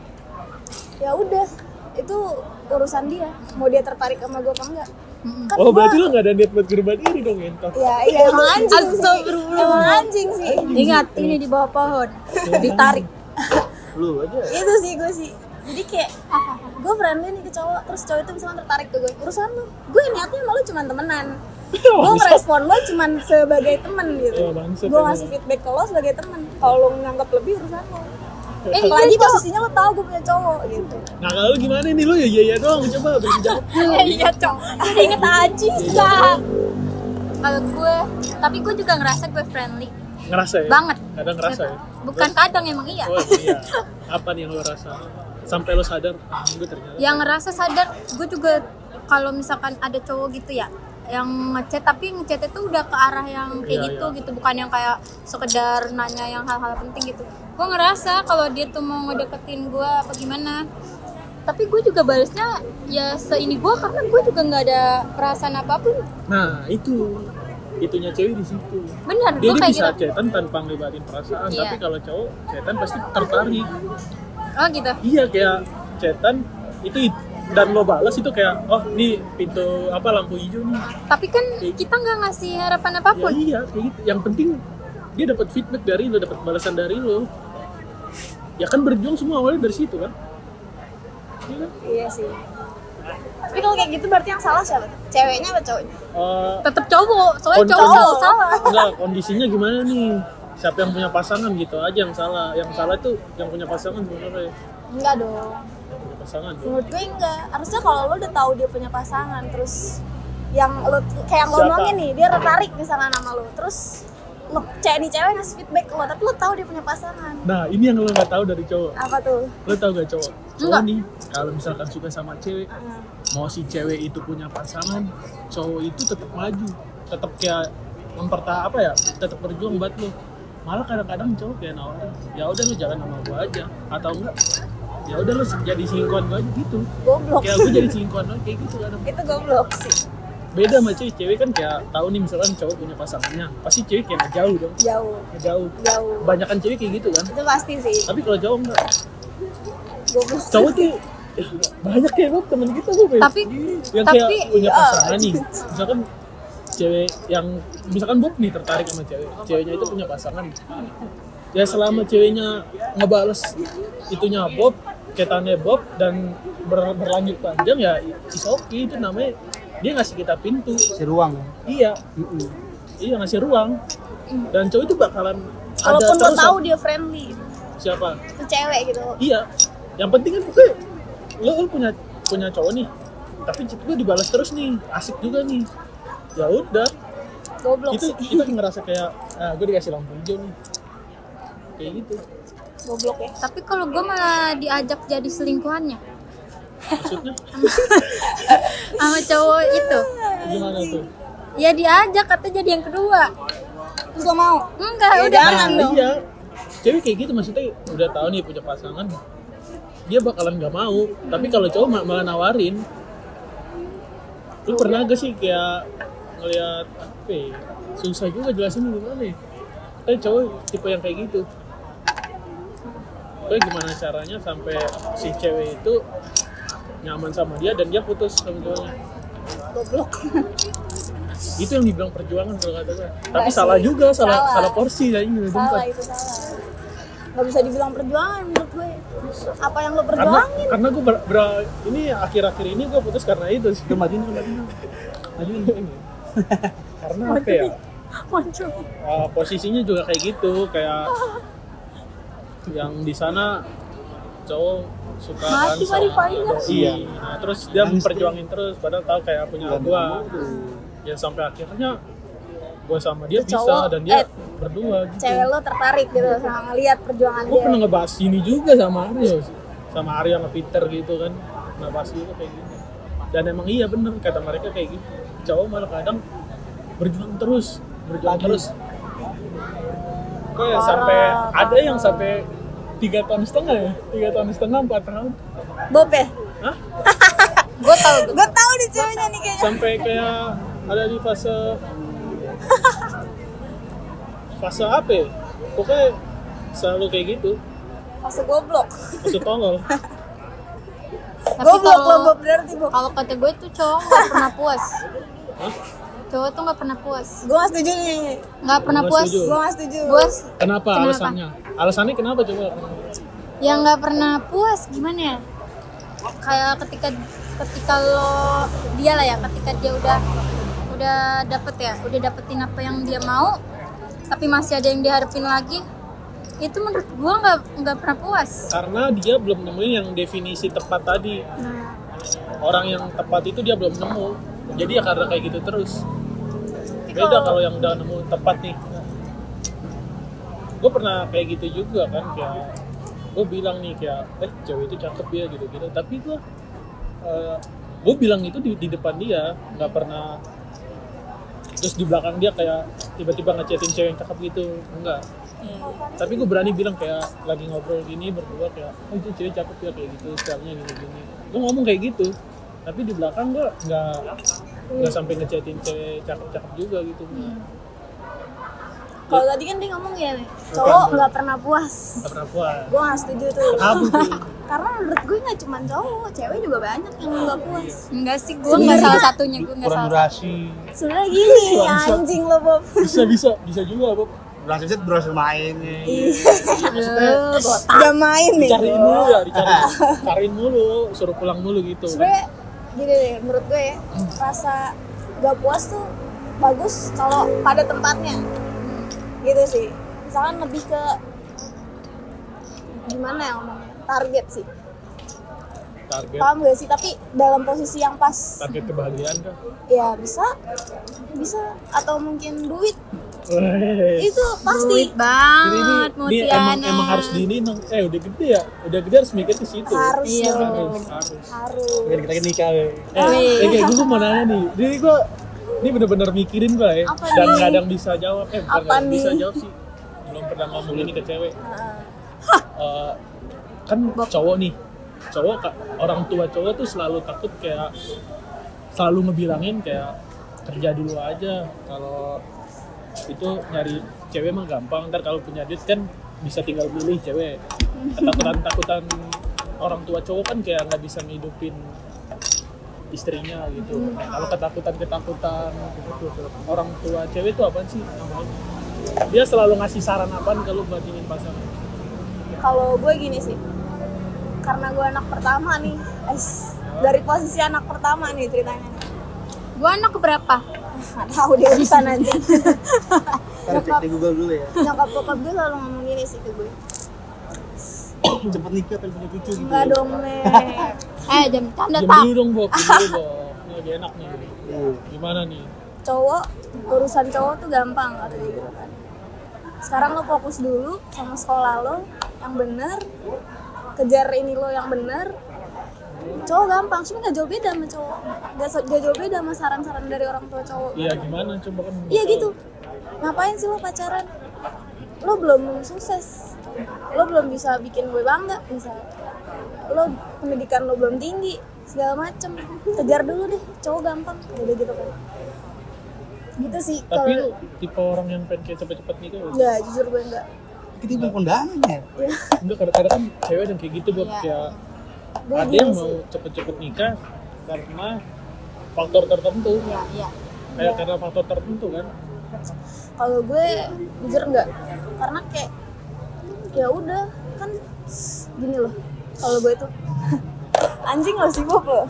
ya udah itu urusan dia, mau dia tertarik sama gue apa enggak. Kan Oh berarti gua- lo gak ada niat buat gerban diri dong entok. Ya iya emang anjing sih. Emang anjing sih. Ingat ini di bawah pohon ditarik. Lu aja. Itu sih gue sih. Jadi kayak gue friendly nih ke cowok, terus cowok itu misalkan tertarik ke gue, urusan lu. Gue niatnya sama lu cuma temenan. Gue ngerespon lo cuma sebagai temen gitu. Ya, bangsat Gue emang. ngasih feedback ke lo sebagai temen. Kalau lo nganggap lebih urusan lo. itu Lagi posisinya lo tau gue punya cowok gitu. Nah kalau lu gimana nih lu ya iya doang coba beri jawab. Iya cowok. Ingat aja lah. Kalau gue, tapi gue juga ngerasa gue friendly Ngerasa ya? banget. Kadang ngerasa ya? Bukan kadang emang iya. Oh iya. Apa nih yang lu rasa? Sampai lu sadar, gue ternyata. Yang ngerasa sadar, gue juga kalau misalkan ada cowok gitu ya yang ngechat, tapi ngechat itu udah ke arah yang kayak Iya, gitu, bukan yang kayak sekedar nanya yang hal-hal penting gitu. Gue ngerasa kalau dia tuh mau ngedeketin gue apa gimana, tapi gue juga balesnya ya seini gue, karena gue juga nggak ada perasaan apapun. Nah itunya cewek di situ. Bener, Dia gue kayak bisa gitu. chatan tanpa ngelibatin perasaan, Iya. tapi kalau cowok chatan pasti tertarik. Oh gitu. Iya kayak chatan itu dan lo balas itu kayak oh nih pintu apa lampu hijau nih. Tapi kan kita nggak ngasih harapan Ya apapun. iya kayak gitu. Yang penting dia dapat feedback dari lo, dapat balasan dari lo. Ya kan berjuang semua awalnya dari situ kan. Iya kan? Iya sih. Tapi kalau kayak gitu berarti yang salah siapa? Ceweknya apa cowoknya? Tetap cowok, soalnya Kon- cowok selalu salah. Enggak, kondisinya gimana nih? Siapa yang punya pasangan gitu aja yang salah. Yang salah tuh yang punya pasangan sebenarnya. Enggak dong. Yang punya pasangan tuh. Menurut gue enggak. Harusnya kalau lo udah tahu dia punya pasangan, terus yang lo kayak yang lo Siapa? omongin nih, dia tertarik misalnya sama lo, terus lo cewek ngasih feedback ke lo, tapi lo tahu dia punya pasangan. Nah, ini yang lo nggak tahu dari cowok. Apa tuh? Lo tau gak cowok? Cowok Enggak. nih, kalau misalkan suka sama cewek, mau si cewek itu punya pasangan, cowok itu tetap maju, tetap kayak tetap berjuang buat lo. Malah kadang-kadang cowok kayak nawarin, ya udah lo jalan sama gue aja, atau enggak, ya udah lo jadi selingkuhan gue aja gitu. Goblok. Kayak gue jadi selingkuhan lo kayak gitu kadang. Itu goblok sih. Beda sama cewek kan kayak tahu nih misalkan cowok punya pasangannya, pasti cewek kayak ngejauh dong, Jauh. ngejauh. Jauh. Kebanyakan cewek kayak gitu kan. Itu pasti sih. Tapi kalau cowok enggak. Goblok. Cowok tuh banyak kayak Bob, temen kita tuh Tapi- yang tapi- kayak punya pasangan nih. Misalkan cewek yang misalkan Bob nih tertarik sama ceweknya itu punya pasangan. Ya selama ceweknya ngebales itunya Bob, cetannya Bob dan berlanjut panjang ya is okay, itu namanya dia ngasih kita pintu. Si ruang. Iya. Iya ngasih ruang. Dan cowok itu bakalan Walaupun lo terus tahu dia friendly, siapa? itu cewek gitu. Iya. Yang penting kan pokoknya lo punya cowok nih, tapi gue dibalas terus nih, asik juga nih. Ya udah, Goblok itu sih. kita ngerasa kayak, gue dikasih lampu hijau nih, kayak gitu. Goblok ya. Tapi kalau gue malah diajak jadi selingkuhannya Maksudnya sama cowok itu. gimana tuh? Ya diajak katanya jadi yang kedua. Terus lo mau? Enggak, Ya udah. jangan dong. Iya, cewek kayak gitu maksudnya udah tahu nih punya pasangan, dia bakalan nggak mau. Tapi kalau cowok malah nawarin. Lu pernah gak sih kayak ngeliat apa ya? Susah juga jelasin gimana ya. Tapi cowok tipe yang kayak gitu. Tapi gimana caranya sampai si cewek itu nyaman sama dia dan dia putus sama cowoknya. Goblok. Itu yang dibilang perjuangan kalau kata gue. Tapi Nggak salah sih. juga, salah Salah. porsi ya ini. Salah itu salah. Gak bisa dibilang perjuangan menurut gue. putus. Apa yang lo perjuangin? Karena gue ini akhir-akhir ini gue putus karena itu sih. Majuin. Ini. Karena apa ya? Muncul. Posisinya juga kayak gitu, kayak yang di sana cowok suka kan Mati Marifainya. iya. Nah, terus dia memperjuangin terus padahal tahu kayak punya gua. Ya sampai akhirnya gua sama dia Itu bisa cowok, dan dia berdua gitu. Cewek lo tertarik gitu sama ngeliat perjuangan Gua dia. pernah ngebahas ini juga sama Aryo. Sama Aryo sama Peter gitu kan. Ngebahas juga kayak gitu. Dan emang iya bener kata mereka kayak gitu. Cowok malah kadang berjuang terus. Kok ya sampai ada yang sampai 3,5 tahun ya? 3,5 tahun, 4 tahun. Bob ya? Hah? Gue tahu nih ceweknya nih kayaknya. Sampai kayak ada di fase apa ya? Pokoknya selalu kayak gitu. Fase goblok. Fase tolol. Tapi Goblok lo kalau Bob berarti Bob. kalau kata gue tuh cowok nggak pernah puas. Hah? Cowok tuh nggak pernah puas. Gue gak setuju nih. Nggak pernah Nggak puas. setuju. Gue gak setuju. Kenapa alasannya? Alasannya kenapa coba? Yang nggak pernah puas gimana ya? Kayak ketika lo dia lah ya, ketika dia udah dapetin apa yang dia mau, tapi masih ada yang diharapin lagi, itu menurut gua nggak pernah puas. Karena dia belum nemuin yang definisi tepat tadi. Orang yang tepat itu dia belum nemu. Jadi ya karena kayak gitu terus. Beda kalau yang udah nemu tepat nih. Gue pernah kayak gitu juga kan, kayak gue bilang nih kayak cewek itu cakep ya gitu-gitu. Tapi gue bilang itu di depan dia, nggak pernah. Terus di belakang dia kayak tiba-tiba ngechatin cewek yang cakep gitu, enggak. Tapi gue berani bilang kayak lagi ngobrol gini berdua kayak, itu cewek cakep ya kayak gitu, stylenya gini-gini. Gue ngomong kayak gitu, tapi di belakang gue nggak sampai ngechatin cewek cakep-cakep juga gitu. Kalau tadi kan dia ngomong ya, cowok nggak pernah puas. Nggak pernah puas. Gue nggak setuju tuh. Apa tuh? Karena menurut gue nggak cuma cowok, cewek juga banyak yang nggak puas. Enggak sih, gue nggak salah satunya, gue nggak Kurang salah. durasi. Sebenarnya gini, Bangsat. anjing lo Bob. Bisa juga Bob. Durasi set berhasil main nih. Gak main nih. Dicariin dulu ya, dicariin mulu, suruh pulang mulu gitu. Sebenarnya gini deh, menurut gue ya, rasa gak puas tuh bagus kalau pada tempatnya. Gitu sih. Misalkan lebih ke gimana ya ngomongnya? Target sih. Target Paham gak sih? Tapi dalam posisi yang pas. target kebahagiaan kan. Ya bisa atau mungkin duit. Wes. Itu pasti. Duit banget, ini Mutiana. emang harus di ini dong. Udah gede ya, udah gede harus mikir ke situ. Harus Iya, dong. Harus. Harus. Kita nikah. Kayak gue mau nanya nih. Jadi gue ini bener-bener mikirin gue ya. Apa Dan nih? kadang bisa jawab. Bukan Apa kadang bisa nih? jawab sih. Belum pernah ngomong ini ke cewek. Heeh. Kan cowok nih. Orang tua cowok tuh selalu takut kayak selalu ngebilangin kayak kerja dulu aja. Kalau itu nyari cewek emang gampang, ntar kalau punya duit kan bisa tinggal milih cewek. Ketakutan orang tua cowok kan kayak nggak bisa ngidupin istrinya gitu. Nah, kalau ketakutan gitu, orang tua cewek itu apa sih namanya? Dia selalu ngasih saran apaan kalau bandingin pasangan? Kalau gue gini sih, karena gue anak pertama nih, dari posisi anak pertama nih ceritanya. Gue anak keberapa? Nggak tahu dia urusan nanti. Kita cek di Google dulu ya. Nyokap bokap gue selalu ngomong gini sih ke gue. Cepet nikah pengen punya cucu gitu. Enggak dong, Nek. Jam tanda Diam tak. dulu dong, Bob. Ini lagi enak nih. Gimana nih? Cowok, urusan cowok tuh gampang kata dia gitu kan. Sekarang lo fokus dulu sama sekolah lo yang bener, kejar ini lo yang bener. Cowok gampang, cuma gak jauh beda sama cowok. Gak jauh beda sama saran-saran dari orang tua cowok. Iya gimana? Coba kan. Iya gitu. Ngapain sih lo pacaran? Lo belum sukses. Lo belum bisa bikin gue bangga misalnya. Lo pendidikan lo belum tinggi, segala macem. Kejar dulu deh, cowok gampang. Udah gitu kan. Gitu sih. Tapi Kalau lu tipe orang yang pengen kayak cepet-cepet nikah gak? enggak, jujur gue enggak. Kita belum kondangan ya. Enggak, kadang-kadang kan cewek yang kayak gitu Bob. Iya. Kayak Gue ada gini yang sih. mau cepet-cepet nikah karena faktor tertentu. Iya. Kayak karena faktor tertentu kan. Kalau gue jujur enggak. Karena kayak ya udah kan gini loh. Kalau gue tuh anjing lo sibuk lo.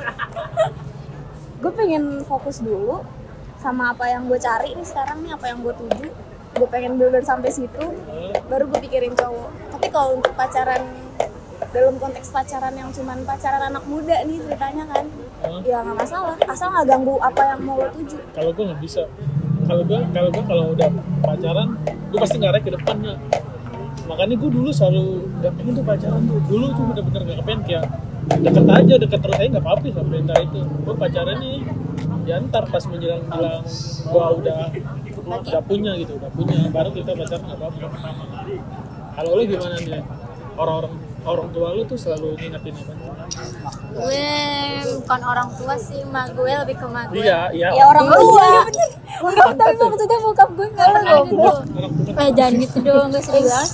Gue pengen fokus dulu sama apa yang gue cari nih sekarang nih, apa yang gue tuju. Gue pengen bener sampai situ, baru gue pikirin cowok. Tapi kalau untuk pacaran, dalam konteks pacaran yang cuman pacaran anak muda nih ceritanya kan, ya nggak masalah, asal nggak ganggu apa yang mau lo tuju. Kalau gue nggak bisa. Kalau udah pacaran, gue pasti ngarah ke depannya. Makanya gue dulu selalu nggak pengen tuh pacaran tuh. Dulu tuh bener-bener nggak kepengen, kayak deket terus aja nggak apa-apa sampai ntar itu. Gue pacaran nih, ya ntar pas menjelang gue udah punya gitu, baru kita pacaran nggak apa-apa. Kalau lo gimana nih? Orang tua lu tuh selalu ngingetin apa? Gue bukan orang tua sih, mak gue lebih ke mak gue. Iya. Ya orang tua. Enggak, tapi maksudnya bokap gue enggak gitu. Jangan gitu dong, gue serius.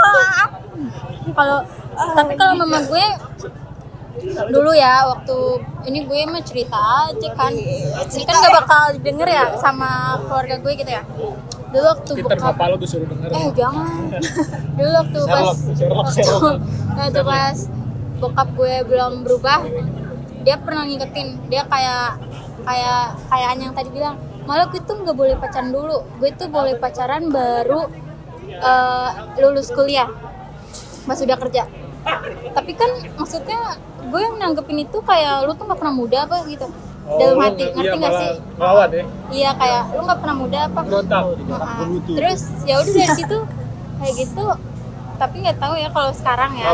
Tapi kalau mama gue dulu ya, waktu ini gue mah cerita aja kan. Ini kan gak bakal didengar ya sama keluarga gue gitu ya. Dulu waktu Peter bapak lo gue suruh denger. Jangan. Dulu waktu pas bokap gue belum berubah, dia pernah ngingetin, dia kayak yang tadi bilang, malah gue tuh nggak boleh pacaran dulu, gue tuh boleh pacaran baru lulus kuliah, pas udah kerja. Tapi kan maksudnya gue yang nanggepin itu kayak lu tuh nggak pernah muda apa gitu. Dalam hati, ngerti nggak sih? Ngelawan ya? Iya, kayak lu nggak pernah muda apa? Terus ya udah dari situ kayak gitu. Tapi nggak tahu ya kalau sekarang ya.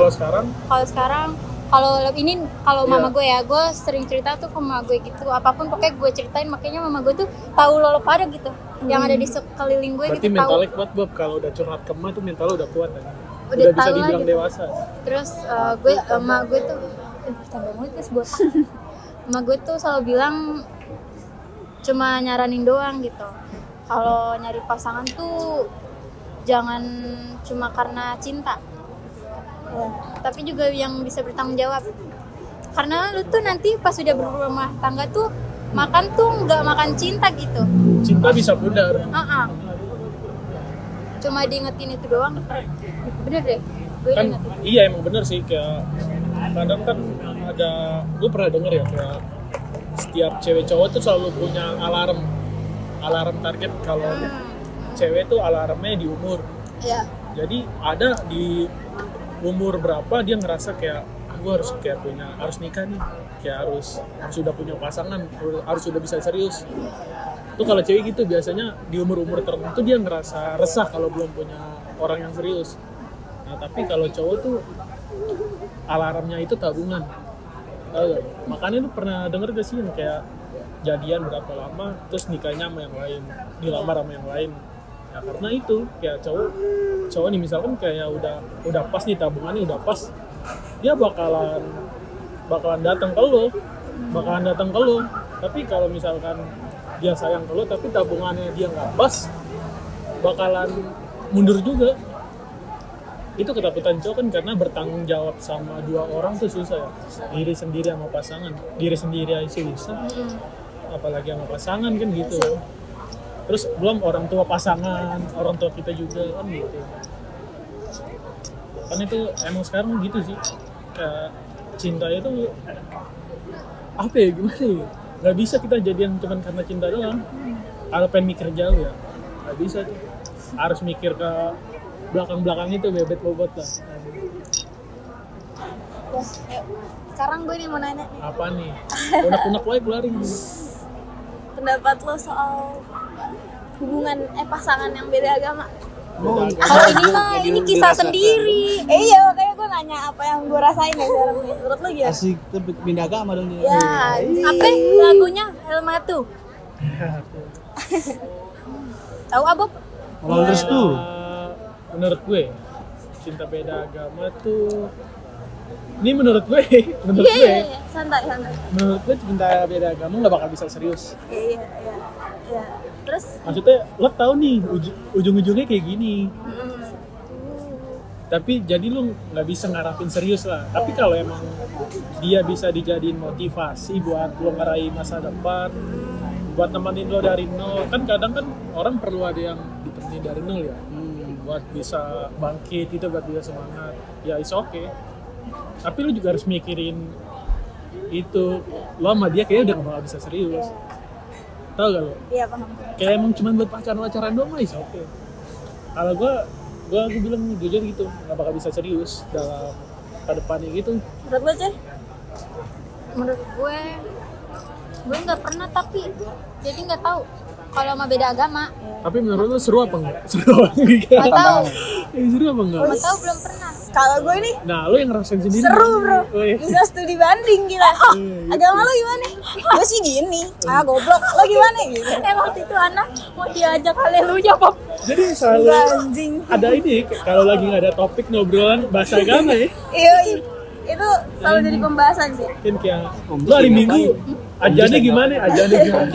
Kalau mama gue ya, gue sering cerita tuh ke mama gue gitu. Apapun pokoknya gue ceritain, makanya mama gue tuh tahu lo pada gitu. Yang ada di sekeliling gue. Berarti gitu. Berarti mentalnya kuat, Bob. Kalau udah curhat ke emak tuh mentalnya udah kuat kan? Udah bisa dibilang gitu. Dewasa. Terus emak gue tuh bercanda banget guys buat. Emak gue tuh selalu bilang cuma nyaranin doang gitu. Kalau nyari pasangan tuh jangan cuma karena cinta, tapi juga yang bisa bertanggung jawab. Karena lu tuh nanti pas udah berumah tangga tuh makan tuh nggak makan cinta gitu. Cinta bisa pudar. Cuma diingetin itu doang. Bener deh, gue Kan ingetin. iya emang bener sih, kayak kadang kan gue pernah denger ya, kayak setiap cewek cowok tuh selalu punya alarm target. Kalau cewek tuh alarmnya di umur. Iya. Jadi ada di umur berapa dia ngerasa kayak gue harus nikah nih, kayak harus sudah punya pasangan, harus sudah bisa serius. Tuh kalau cewek gitu biasanya di umur tertentu dia ngerasa resah kalau belum punya orang yang serius. Nah tapi kalau cowok tuh alarmnya itu tabungan. Makanya lu pernah denger gak sih yang kayak jadian berapa lama terus nikahnya sama yang lain, dilamar sama yang lain? Ya karena itu kayak cowok nih misalkan kayak udah pas nih, tabungannya udah pas, dia bakalan datang ke lo. Tapi kalau misalkan dia sayang ke lo tapi tabungannya dia nggak pas, bakalan mundur juga. Itu ketakutan cowok kan, karena bertanggung jawab sama dua orang tuh susah ya. Diri sendiri sama pasangan, diri sendiri aja susah, apalagi sama pasangan kan gitu. Terus belum orang tua pasangan, orang tua kita juga kan gitu. Kan itu emang sekarang gitu sih, kayak cinta itu apa ya, gimana ya, nggak bisa kita jadian cuma karena cinta doang. Kalau pengen mikir jauh ya nggak bisa tuh, harus mikir ke belakang itu, bebet bobot lah. Sekarang gue nih mau nanya nih, Apa nih? Unek-unek wae keluarin. pendapat lo soal hubungan pasangan yang beda agama. Kalau ini kisah sendiri. Iya, makanya gue nanya apa yang gue rasain ya sekarang nih. Menurut lo gimana? Asik, tuh pindah agama dong dia. Ya, Apa lagunya El Matu? Tahu Abob? Kalau restu. Menurut gue cinta beda agama tuh, ini menurut gue Iya, santai. menurut gue cinta beda agama nggak bakal bisa serius. Iya. Terus Maksudnya lo tau nih ujung-ujungnya kayak gini, tapi jadi lo nggak bisa ngarapin serius lah. Tapi kalau emang dia bisa dijadiin motivasi buat lo ngeraih masa depan, buat nemenin lo dari nol, kan kadang kan orang perlu ada yang ditemenin dari nol ya, buat bisa bangkit itu, buat bisa semangat. Ya it's okay. Tapi lu juga harus mikirin itu, lo sama dia kayaknya udah gak bakal bisa serius. Tahu gak lo? Iya paham. Kayak emang cuma buat pacaran doang mah is oke. Kalau gue bilang jujur gitu, gak bakal bisa serius dalam ke depannya gitu. Menurut lo, Ceh? Menurut gue nggak pernah, tapi jadi nggak tahu kalau sama beda agama. Tapi menurut lu seru apa enggak? Seru apa enggak? Nggak tahu, Seru apa enggak? nggak tahu, belum pernah. Kalau gue nih Nah, lu yang ngerasain sendiri. seru bro, Oh, iya. bisa studi banding gila. Agama lo gimana? Gue sih gini, goblok. Lo gimana gitu? Waktu itu anak mau diajak haleluya Pop. Jadi selalu Anjing. ada ini kalau lagi nggak ada topik ngobrolan bahasa agama ya. Iya, itu selalu jadi pembahasan sih. Mungkin kayak lu hari Minggu ajannya gimana? Ajannya gimana?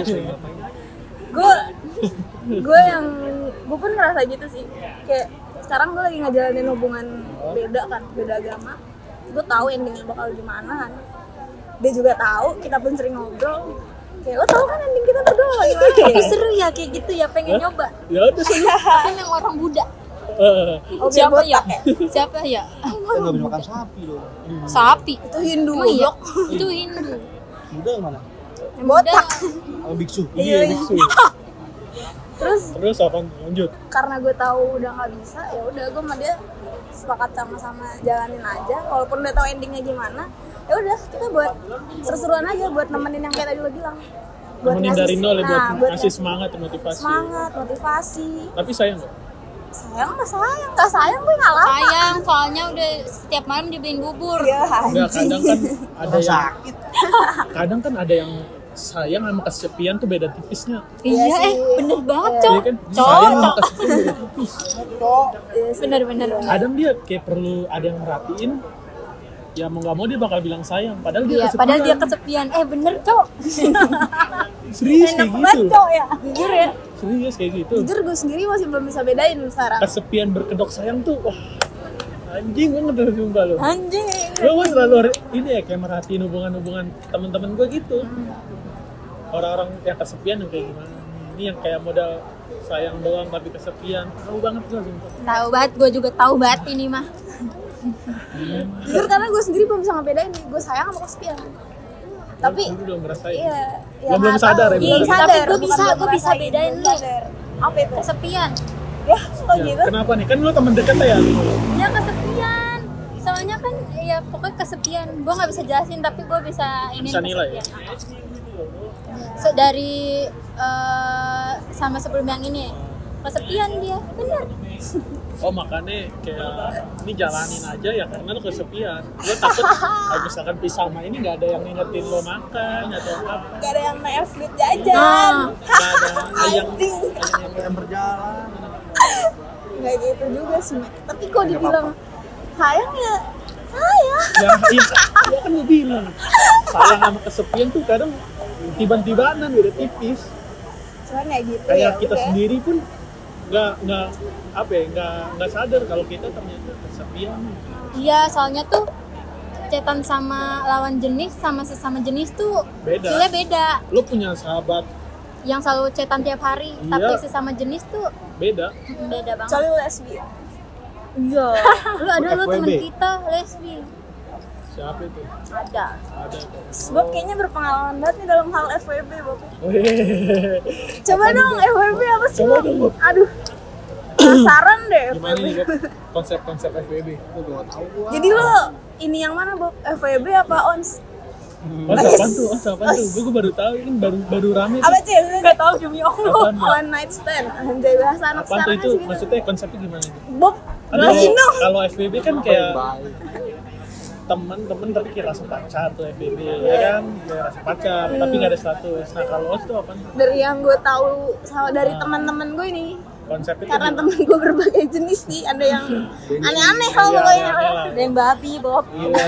Gue pun ngerasa gitu sih. Kayak sekarang gue lagi ngejalanin hubungan beda agama. Gue tahu endingnya bakal gimana kan. Dia juga tahu, kita pun sering ngobrol. Kayak lo tahu kan ending kita berdua gimana? Tapi seru ya kayak gitu ya, pengen nyoba. Ya udah sih. Tapi yang orang Buddha. Oh, Siapa biar ya? botak Siapa ya? Kita nggak bisa makan sapi loh. Sapi. Itu Hindu Emang iya? goblok. Itu Hindu. Muda yang mana? Botak. Sama biksu. Iya. Biksu. Terus apa lanjut? Karena gue tahu udah nggak bisa, ya udah gue sama dia sepakat sama-sama jalanin aja. Walaupun udah tahu endingnya gimana, ya udah kita buat seru-seruan aja, buat nemenin yang kayak tadi lo bilang. Nemenin dari nol ya, buat ngasih ngasih semangat dan motivasi. semangat, motivasi. Tapi sayang nggak? Sayang mah sayang, nggak sayang gue nggak lama. Sayang, soalnya udah setiap malam dibeliin bubur. Iya, Enggak, kadang kan ada yang sakit. kadang kan ada yang sayang sama kesepian tuh beda tipisnya. Iya, sih. bener banget, Iya. Cok. Iya kan? Sayang sama kesepian beda tipis. Bener. Kadang dia kayak perlu ada yang merhatiin. Ya mau nggak mau dia bakal bilang sayang. Padahal dia Iya, kesepian. padahal dia kesepian. Bener, Cok. Serius kayak gitu. Cok ya. Jujur ya, Serius kayak gitu. jujur gue sendiri masih belum bisa bedain sekarang. Kesepian berkedok sayang tuh, wah anjing banget tuh sumpah lo. Anjing. Gue selalu ini ya kayak merhatiin hubungan teman-teman gue gitu. Orang-orang yang kesepian yang kayak gimana? Ini yang kayak modal sayang doang tapi kesepian. Tahu banget gue sumpah. Tahu banget, gue juga tahu banget ini mah. Jujur karena gue sendiri belum bisa ngebedain nih, gue sayang sama kesepian. Tapi Lu belum ngerasain. iya, Belum nggak sadar tahu. ya, Iya, belum sadar. Tapi gue bukan bisa belum bedain ngerasain, lu. sadar. Apa itu? Kesepian. Ya, kok gitu? Kenapa nih? Kan lu temen deket ya? Ya kesepian. Soalnya kan ya pokoknya kesepian. Gue nggak bisa jelasin, tapi gue bisa ini Bisa nilai ya? Dari sama sebelum yang ini kesepian dia, bener. Oh makanya kayak ini jalanin aja ya karena lu kesepian. Lu takut kalau misalkan pisah sama ini nggak ada yang ngingetin lo makan atau apa. Gak ada yang naik fleet jajan. Nggak ada yang Anjing. Yang berjalan. Gak gitu juga sih, Mek. Tapi kok dibilang sayang ya sayang. Ya iya kan gue bilang sayang sama kesepian tuh kadang tiba-tibanan beda tipis. Cuman ya gitu Kayak ya kita udah. sendiri pun nggak apa ya nggak sadar kalau kita ternyata kesepian. Iya, soalnya tuh chatan sama lawan jenis sama sesama jenis tuh Beda. feelnya beda. Lu punya sahabat Yang selalu chatan tiap hari, Iya. tapi sesama jenis tuh beda. beda banget. Kecuali lesbi. Iya. Lu ada lu temen FWB. kita lesbi. Siapa itu? Ada. Ada. Bob kayaknya berpengalaman banget nih dalam hal FWB, Bob. Hehehe. Coba dong, FWB apa sih, Coba Bob? dong, Bob. Aduh. Penasaran deh Gimana FWB. nih Bob? Konsep-konsep FWB? Gue gak tau gua. Jadi lo ini yang mana, Bob? FWB apa ONS? Oh, apaan tuh? Gue baru tahu ini baru rame. Apa sih? Gak tau demi Allah. Apaan, Bob? One night stand. Anjay, bahasa anak Apaan tuh sekarang itu? sih gitu. Maksudnya konsepnya gimana itu? Bob, Kan jelasin dong. kalau FWB kan kayak Bye. temen tapi kayak rasa pacar tuh FWB ya kan? Kayak rasa pacar tapi nggak ada status. Nah kalau OS tuh apa? Dari yang gue tahu sama dari teman-teman gue ini, Konsepnya tuh karena gimana? temen gue berbagai jenis nih, ada yang aneh-aneh kalau Iya, pokoknya. aneh lah. Ada yang babi, Bob. Iya.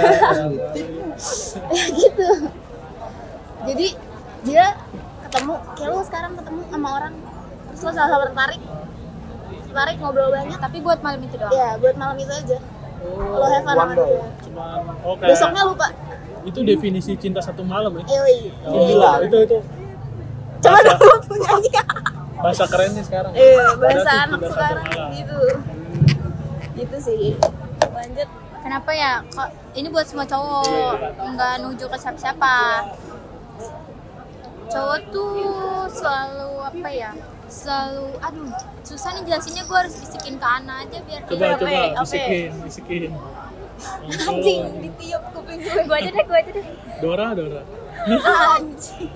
Ya gitu. Jadi dia ketemu, kayak lo sekarang ketemu sama orang, terus lo sama-sama tertarik ngobrol banyak, Tapi buat malam itu doang. ya buat malam itu aja. Lo have fun sama One day. dia. Cuman oke. Besoknya lupa. Itu definisi cinta satu malam ya. Yoi. Oh, Gila. itu. Coba dong lo punya aja. Bahasa kerennya sekarang. Iya, bahasa Ada tuh anak cinta satu sekarang malam. gitu. Gitu sih. Lanjut. Kenapa ya? Ini buat semua cowok, nggak nuju ke siapa-siapa. Cowok tuh selalu apa ya? Selalu, aduh, susah nih jelasinnya. Gue harus bisikin ke Ana aja biar Coba Oke. bisikin. Anjing, ditiup kuping gue. Gue aja deh. Dora. Anjing.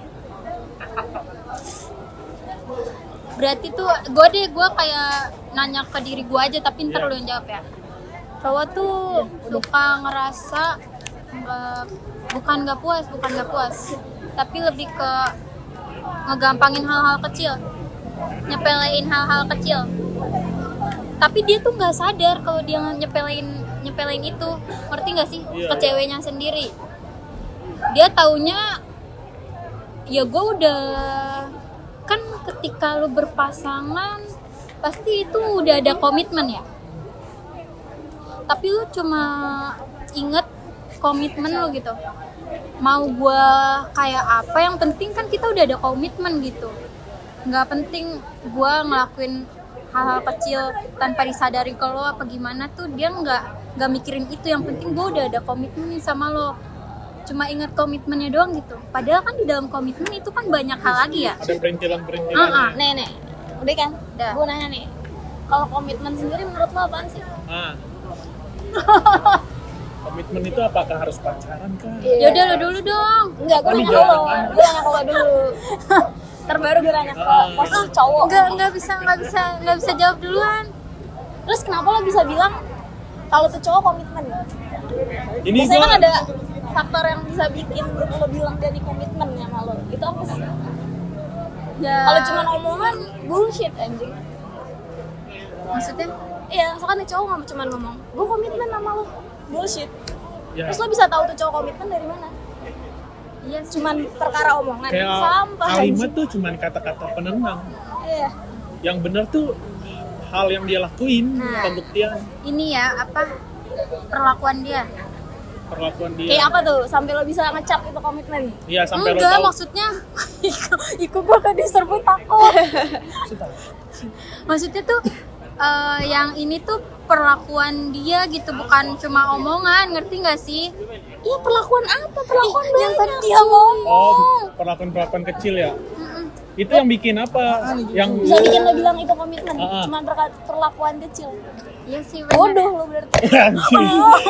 Berarti tuh gue kayak nanya ke diri gue aja, tapi ntar lu yang jawab ya. Cowok tuh suka ngerasa bukan nggak puas, tapi lebih ke ngegampangin hal-hal kecil, nyepelein hal-hal kecil. Tapi dia tuh nggak sadar kalau dia nyepelein itu, ngerti nggak sih? Ke ceweknya sendiri. Dia taunya ya gue udah, kan ketika lu berpasangan pasti itu udah ada komitmen ya, tapi lu cuma inget komitmen lu gitu. Mau gue kayak apa, yang penting kan kita udah ada komitmen gitu. Nggak penting gue ngelakuin hal-hal kecil tanpa disadari ke lo apa gimana tuh, dia nggak mikirin itu. Yang penting gue udah ada komitmen nih sama lo, cuma ingat komitmennya doang gitu. Padahal kan di dalam komitmen itu kan banyak hal lagi ya. Ada perintilan. Nih, udah kan? Udah. Gue nanya nih, kalau komitmen sendiri menurut lo apaan sih? Komitmen itu apakah harus pacaran kah? Ya udah lo dulu dong. Enggak, gue nanya ke lo. Gue nanya ke lo dulu. Terbaru gue nanya ke posisi cowok. Nggak bisa jawab duluan. Terus kenapa lo bisa bilang kalau tuh cowok komitmen? Ini Biasanya gua kan ada faktor yang bisa bikin lo bilang jadi komitmen sama lo. Itu apa sih? Ya. Kalau cuma omongan, bullshit anjing. Maksudnya? Iya, misalkan nih cowok cuma ngomong, gue komitmen sama lo, bullshit. ya, Terus lo bisa tahu tuh cowok komitmen dari mana? Iya, Cuman perkara omongan, kayak sampah kalimat anjing. tuh cuman kata-kata penenang. Iya. Yang benar tuh hal yang dia lakuin, Nah. pembuktian, ini ya apa perlakuan dia. perlakuan dia. Kayak apa tuh sampai lo bisa ngecap itu komitmen? Iya, sampai lo Enggak, tahu. maksudnya ikut gua ke diserbu takut. Maksudnya tuh yang ini tuh perlakuan dia gitu, bukan cuma omongan, ngerti nggak sih? Iya, perlakuan apa? Perlakuan Yang banyak. tadi dia ngomong. Oh, perlakuan kecil ya. Itu yang bikin apa? Yang Bisa bikin lo bilang itu komitmen, Ah. cuman perlakuan kecil. Iya sih, benar. Bodoh lo berarti. anjing.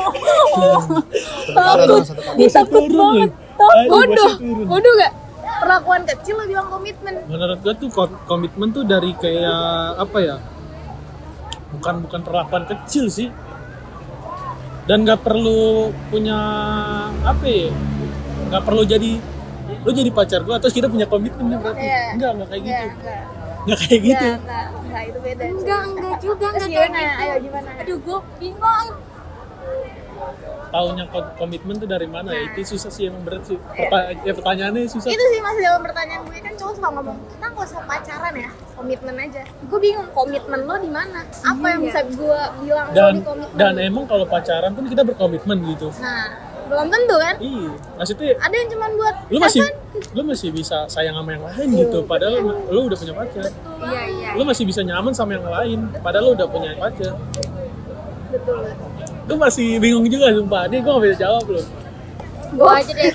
Takut banget. Bodoh. Bodoh gak? Perlakuan kecil lo bilang komitmen. Menurut gua tuh komitmen tuh dari kayak apa ya? Bukan perlakuan kecil sih. Dan nggak perlu punya apa ya? Nggak perlu jadi lu jadi pacar gua terus kita punya komitmen nih berarti. Iya. Enggak kayak gitu. Enggak. Enggak kayak gitu. Enggak, itu beda. Enggak juga, Terus enggak kayak gimana? gitu. Ayo gimana? Aduh, gue bingung. Taunya komitmen tuh dari mana? Itu susah sih, emang berat sih. Pertanyaannya susah. Itu sih masih dalam pertanyaan gue, kan cowok suka ngomong kita nggak usah pacaran ya, komitmen aja. Gue bingung komitmen lo di mana? Apa yang bisa gue bilang lo di komitmen? Dan emang kalau pacaran pun kita berkomitmen gitu. Nah, belum tentu kan? Iya, maksudnya Ada yang cuma buat lu masih bisa sayang sama yang lain gitu, padahal lu udah punya pacar. Iya. Lu masih bisa nyaman sama yang lain, padahal lu udah punya pacar. betul. Lu masih bingung juga sumpah, ini gue gak bisa jawab lu. Gue aja deh,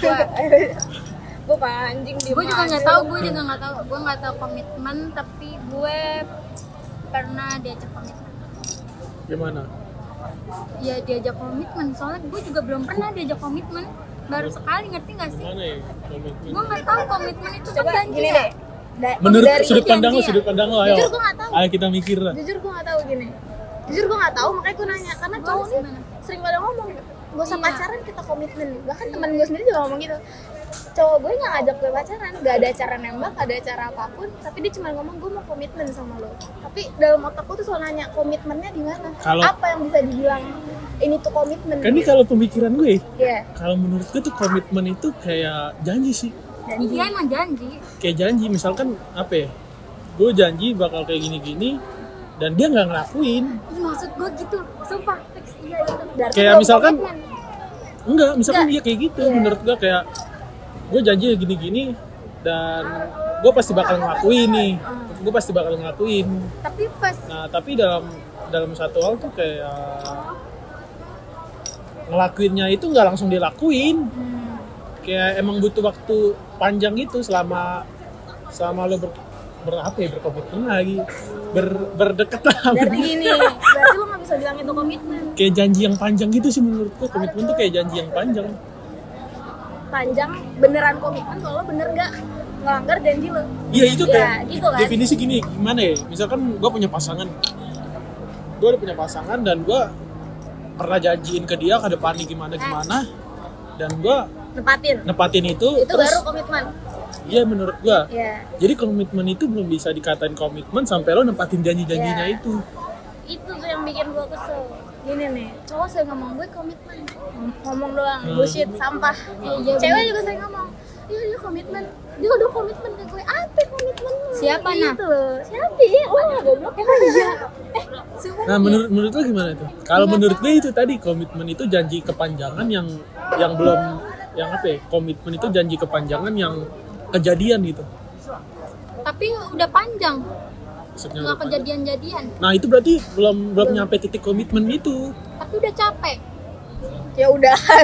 Gue anjing di gue juga nggak tahu. Gue nggak tahu komitmen, tapi gue pernah diajak komitmen. Gimana? Ya diajak komitmen, soalnya gue juga belum pernah diajak komitmen, baru sekali, ngerti nggak sih? Gimana ya komitmen? Gue nggak tahu komitmen itu Coba kan janji gini ya. deh. Menurut dari sudut pandang lu, janji ya? ayo. Jujur gue nggak tahu. Ayo kita mikir lah. Jujur gue nggak tahu gini. Jujur gue nggak tahu, makanya gue nanya karena Gua cowok harus nih gimana? sering pada ngomong gak usah Iya. pacaran, kita komitmen. Bahkan teman gue sendiri juga ngomong gitu. Cowok gue nggak ngajak gue pacaran, gak ada acara nembak, gak ada acara apapun, tapi dia cuma ngomong gue mau komitmen sama lo. Tapi dalam otakku tuh selalu nanya komitmennya di mana? Kalau- Apa yang bisa dibilang ini tuh komitmen? Kan ini kalau pemikiran gue, Iya. kalau menurut gue tuh komitmen itu kayak janji sih. Iya emang janji. Kayak janji, misalkan apa ya? Gue janji bakal kayak gini-gini dan dia nggak ngelakuin. Ih, maksud gue gitu, sumpah fix iya itu. Berarti Kayak belum misalkan komitmen. misalkan dia kayak gitu. Menurut gue kayak gue janji gini-gini dan gue pasti bakal ngelakuin nih. Gue pasti bakal ngelakuin. Tapi pas Nah, tapi dalam satu hal tuh kayak ngelakuinnya itu nggak langsung dilakuin. Kayak emang butuh waktu panjang gitu selama lo berkomitmen lagi, berdeket lah. Berarti gini, berarti lo nggak bisa bilang itu komitmen. Kayak janji yang panjang gitu sih menurut gue. Komitmen tuh kayak janji yang panjang. Panjang beneran komitmen kalau lo bener nggak ngelanggar janji lo. Iya itu Ya, kayak gitu kan. definisi gini, gimana ya? Misalkan gue punya pasangan, dan gue pernah janjiin ke dia ke depannya gimana, dan gue nepatin itu terus, baru komitmen. Iya menurut gue. Iya. Jadi komitmen itu belum bisa dikatain komitmen sampai lo nepatin janji-janjinya Iya. itu. Itu tuh yang bikin gue kesel. Gini nih, cowok sering ngomong gue komitmen, ngomong doang, bullshit, sampah. Iya, Cewek juga sering ngomong, iya dia komitmen, dia udah komitmen ke gue. Apa komitmen lu? Siapa, Nah? Gitu. Siapa? Oh goblok. Iya. Nah menurut lo gimana tuh? Kalau menurut gue itu tadi komitmen itu janji kepanjangan yang belum, yang apa ya? Komitmen itu janji kepanjangan yang kejadian gitu. Tapi udah panjang, Maksudnya nggak udah panjang. kejadian-jadian. Nah itu berarti belum nyampe titik komitmen itu. Tapi udah capek. Ya udahan.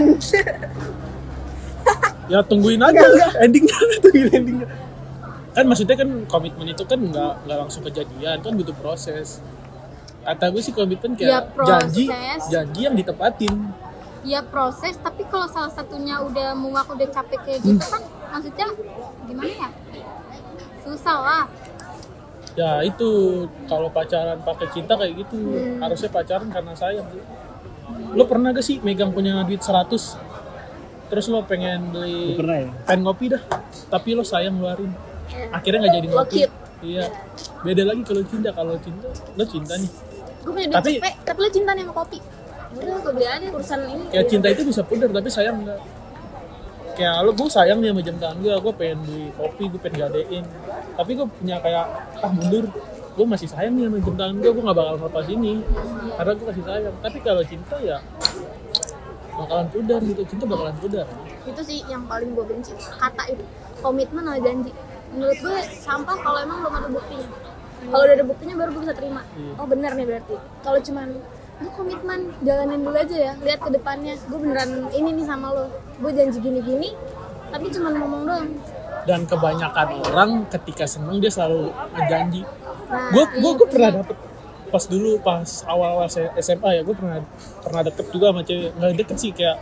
Ya tungguin aja endingnya, tungguin endingnya. Kan maksudnya kan komitmen itu kan nggak langsung kejadian, kan butuh proses. Kata gue sih komitmen Ya, kayak proses. janji yang ditepatin. Ya proses, tapi kalau salah satunya udah muak, udah capek kayak gitu kan, maksudnya gimana ya? Susah lah. Ya itu kalau pacaran pakai cinta kayak gitu. Harusnya pacaran karena sayang. Lo pernah gak sih megang punya duit 100, terus lo pengen beli, Pernah ya? pengen ngopi dah, tapi lo sayang ngeluarin, akhirnya nggak jadi Lo ngopi. keep. Iya, beda lagi kalau cinta lo cinta nih. Gue punya duit Tapi- cepet, tapi lo cinta nih sama kopi. Udah, gue beli aja urusan ini. Kayak cinta itu bisa pudar tapi sayang enggak. Kayak gue sayang nih sama jam tangan gue pengen beli kopi, gue pengen gadein, tapi gue punya kayak mundur, gue masih sayang nih sama jam tangan gue nggak bakal lepas ini karena gue masih sayang. Tapi kalau cinta ya bakalan pudar gitu, cinta bakalan pudar. Itu sih yang paling gue benci, kata itu komitmen sama janji. Menurut gue sampah kalau emang belum ada buktinya. Kalau udah ada buktinya baru gue bisa terima. Oh benar nih berarti. Kalau cuman gue komitmen, jalanin dulu aja ya, lihat ke depannya. Gue beneran ini nih sama lo, gue janji gini-gini, tapi cuman ngomong doang. Dan kebanyakan orang ketika seneng dia selalu ngejanji. Nah, Gue pernah dapet pas awal-awal SMA ya, gue pernah deket juga sama cewek, nggak deket sih, kayak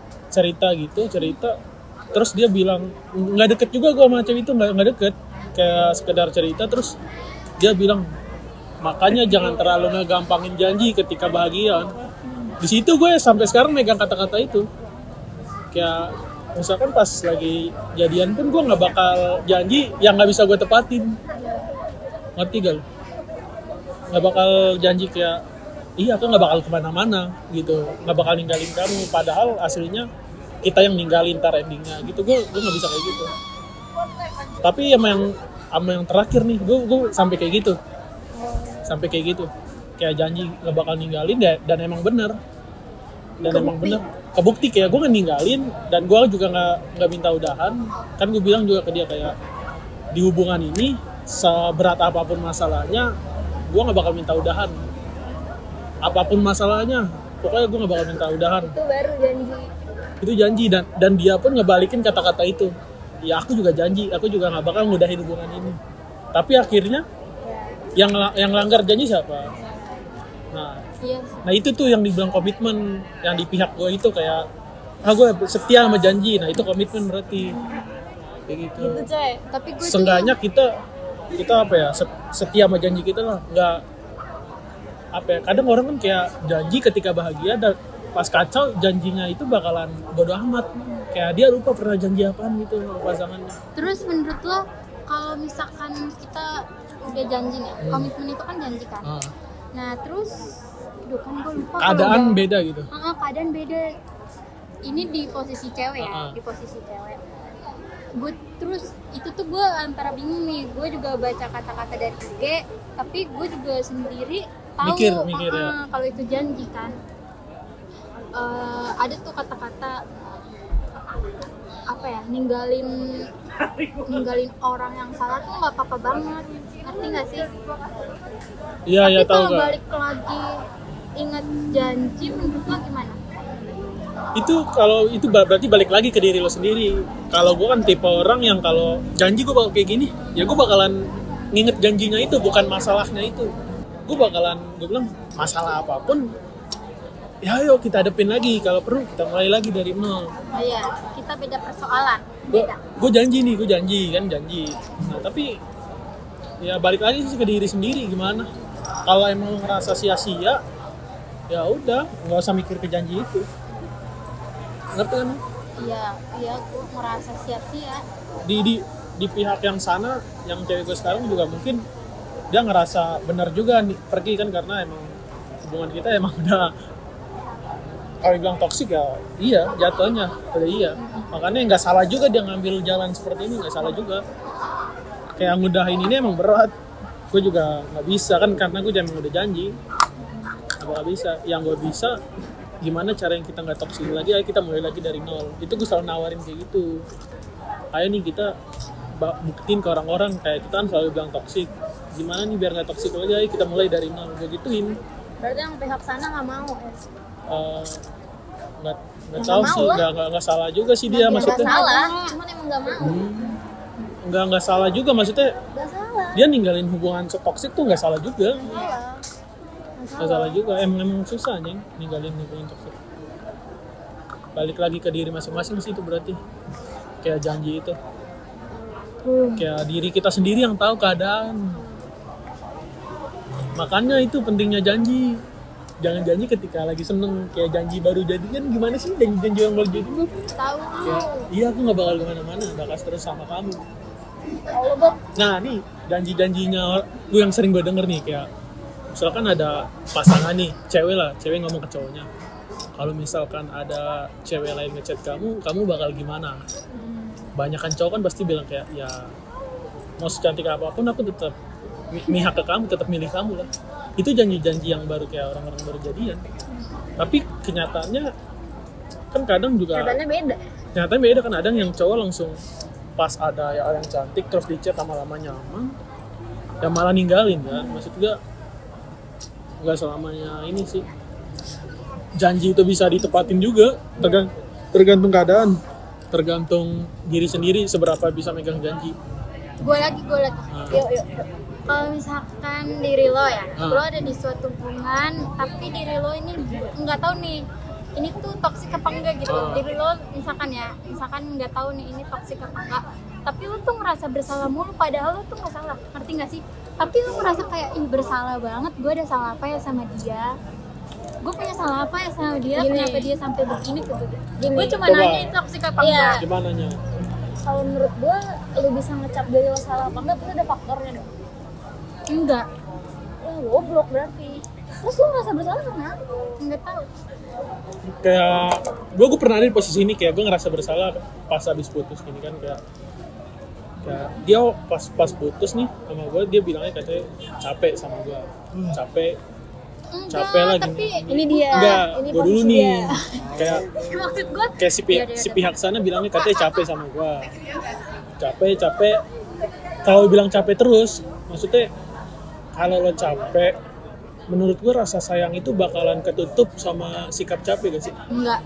cerita terus dia bilang nggak deket juga, gue sama cewek itu nggak deket, kayak sekedar cerita. Terus dia bilang makanya jangan terlalu ngegampangin janji ketika bahagia. Di situ gue sampai sekarang megang kata-kata itu. Kayak misalkan pas lagi jadian pun gue nggak bakal janji yang nggak bisa gue tepatin. Ngerti gak lo? Nggak bakal janji kayak iya aku nggak bakal kemana-mana gitu, nggak bakal ninggalin kamu, padahal aslinya kita yang ninggalin tar endingnya gitu. Gue nggak bisa kayak gitu. Tapi sama yang terakhir nih gue sampai kayak gitu, kayak janji nggak bakal ninggalin dan emang bener, kebukti kayak gue nggak ninggalin, dan gue juga nggak minta udahan. Kan gue bilang juga ke dia kayak di hubungan ini seberat apapun masalahnya gue nggak bakal minta udahan, apapun masalahnya pokoknya gue nggak bakal minta udahan. itu baru janji. Itu janji, dan dia pun ngebalikin kata-kata itu. Ya aku juga janji, aku juga nggak bakal ngudahin hubungan ini. Tapi akhirnya yang langgar janji siapa? Iya sih. Nah itu tuh yang dibilang komitmen, yang di pihak gue itu kayak gue setia sama janji. Nah itu komitmen berarti kayak gitu. Gitu coy. Tapi gue Seenggaknya kita apa ya, setia sama janji kita lah. Nggak apa ya, kadang orang kan kayak janji ketika bahagia, dan pas kacau janjinya itu bakalan bodo amat, kayak dia lupa pernah janji apaan gitu sama pasangannya. Terus menurut lo kalau misalkan kita udah janji nih, komitmen itu kan janji kan. Nah terus, kan gue lupa. Keadaan beda gitu. Keadaan beda. Ini di posisi cewek ya, di posisi cewek. Gue terus itu tuh gue antara bingung nih. Gue juga baca kata-kata dari IG, tapi gue juga sendiri tahu Mikir ya. kalau itu janji kan. Ada tuh kata-kata apa ya, ninggalin orang yang salah tuh nggak apa-apa banget, ngerti nggak sih? Iya Tapi tahu kalau nggak. balik lagi inget janji, menurut lo gimana? Itu kalau itu berarti balik lagi ke diri lo sendiri. Kalau gue kan tipe orang yang kalau janji gue bakal kayak gini, ya gue bakalan nginget janjinya itu, bukan masalahnya itu. Gue bilang masalah apapun, ya ayo kita hadapin lagi. Kalau perlu kita mulai lagi dari nol. Oh iya, kita beda persoalan. Gue janji. Nah tapi ya balik lagi sih ke diri sendiri gimana. Kalau emang ngerasa sia-sia, ya udah nggak usah mikir ke janji itu. Ngerti kan? Iya, gue merasa sia-sia. Di pihak yang sana, yang cewek gue sekarang juga mungkin dia ngerasa benar juga nih pergi kan, karena emang hubungan kita emang udah, kalau bilang toksik ya iya jatuhnya udah iya. Makanya nggak salah juga dia ngambil jalan seperti ini, nggak salah juga. Kayak ngudahin ini emang berat. Gue juga nggak bisa kan, karena gue emang udah janji. Nggak bisa. Yang gue bisa, gimana cara yang kita nggak toksik lagi, ayo kita mulai lagi dari nol. Itu gue selalu nawarin kayak gitu. Ayo nih kita buktiin ke orang-orang, kayak kita kan selalu bilang toksik. Gimana nih biar nggak toksik lagi, ayo kita mulai dari nol. Gue gituin. Berarti yang pihak sana nggak mau ya? Nggak tahu sih, nggak salah juga sih dia maksudnya. Nggak salah, cuman emang nggak mau. Nggak salah juga maksudnya. Nggak salah. Dia ninggalin hubungan toksik tuh nggak salah juga. Nggak salah juga, emang susah nih ninggalin hubungan toksik. Balik lagi ke diri masing-masing sih itu berarti. Kayak janji itu. Kayak diri kita sendiri yang tahu keadaan. Makanya itu pentingnya janji. Jangan janji ketika lagi seneng, kayak janji baru jadian gimana sih, janji yang baru jadian Tahu. ya, iya aku nggak bakal kemana-mana, bakal terus sama kamu. Nah nih janji-janjinya gue yang sering gue denger nih, kayak misalkan ada pasangan nih, cewek ngomong ke cowoknya, kalau misalkan ada cewek lain ngechat kamu bakal gimana? Banyakan cowok kan pasti bilang kayak, ya mau secantik apapun aku tetap mihak ke kamu, tetap milih kamu lah. Itu janji-janji yang baru, kayak orang-orang baru jadian. Tapi kenyataannya kan kadang juga Kenyataannya beda kan, kadang yang cowok langsung pas ada ya orang cantik terus di chat lama-lama nyaman, ya malah ninggalin kan. Maksud gue nggak selamanya ini sih. Janji itu bisa ditepatin juga, tergantung keadaan, tergantung diri sendiri seberapa bisa megang janji. Gue lagi. Yuk. Kalau misalkan diri lo ya, lo ada di suatu hubungan, tapi diri lo ini nggak tahu nih, ini tuh toksik apa enggak gitu. Diri lo misalkan nggak tahu nih ini toksik apa enggak, tapi lo tuh ngerasa bersalah mulu, padahal lo tuh nggak salah, ngerti nggak sih? Tapi lo ngerasa kayak bersalah banget, gue ada salah apa ya sama dia? Gue punya salah apa ya sama dia? Kenapa dia sampai begini ke gue? Gue cuma nanya itu toksik apa enggak? Gimana nya? Kalau menurut gue, lo bisa ngecap diri lo salah apa enggak, itu ada faktornya dong. Enggak. Goblok berarti. Terus lu ngerasa bersalah kenapa? Enggak tahu. Kayak gue pernah ada di posisi ini, kayak gue ngerasa bersalah pas habis putus gini kan, kayak dia pas putus nih sama gue, dia bilangnya katanya capek sama gue, capek lah gini. Ini dia. Enggak, ini gue dulu nih dia. kayak Maksud gue kayak si pihak sana bilangnya katanya capek sama gue, capek. Kalau bilang capek terus, maksudnya kalau lo capek, menurut gue rasa sayang itu bakalan ketutup sama sikap capek gak sih? enggak.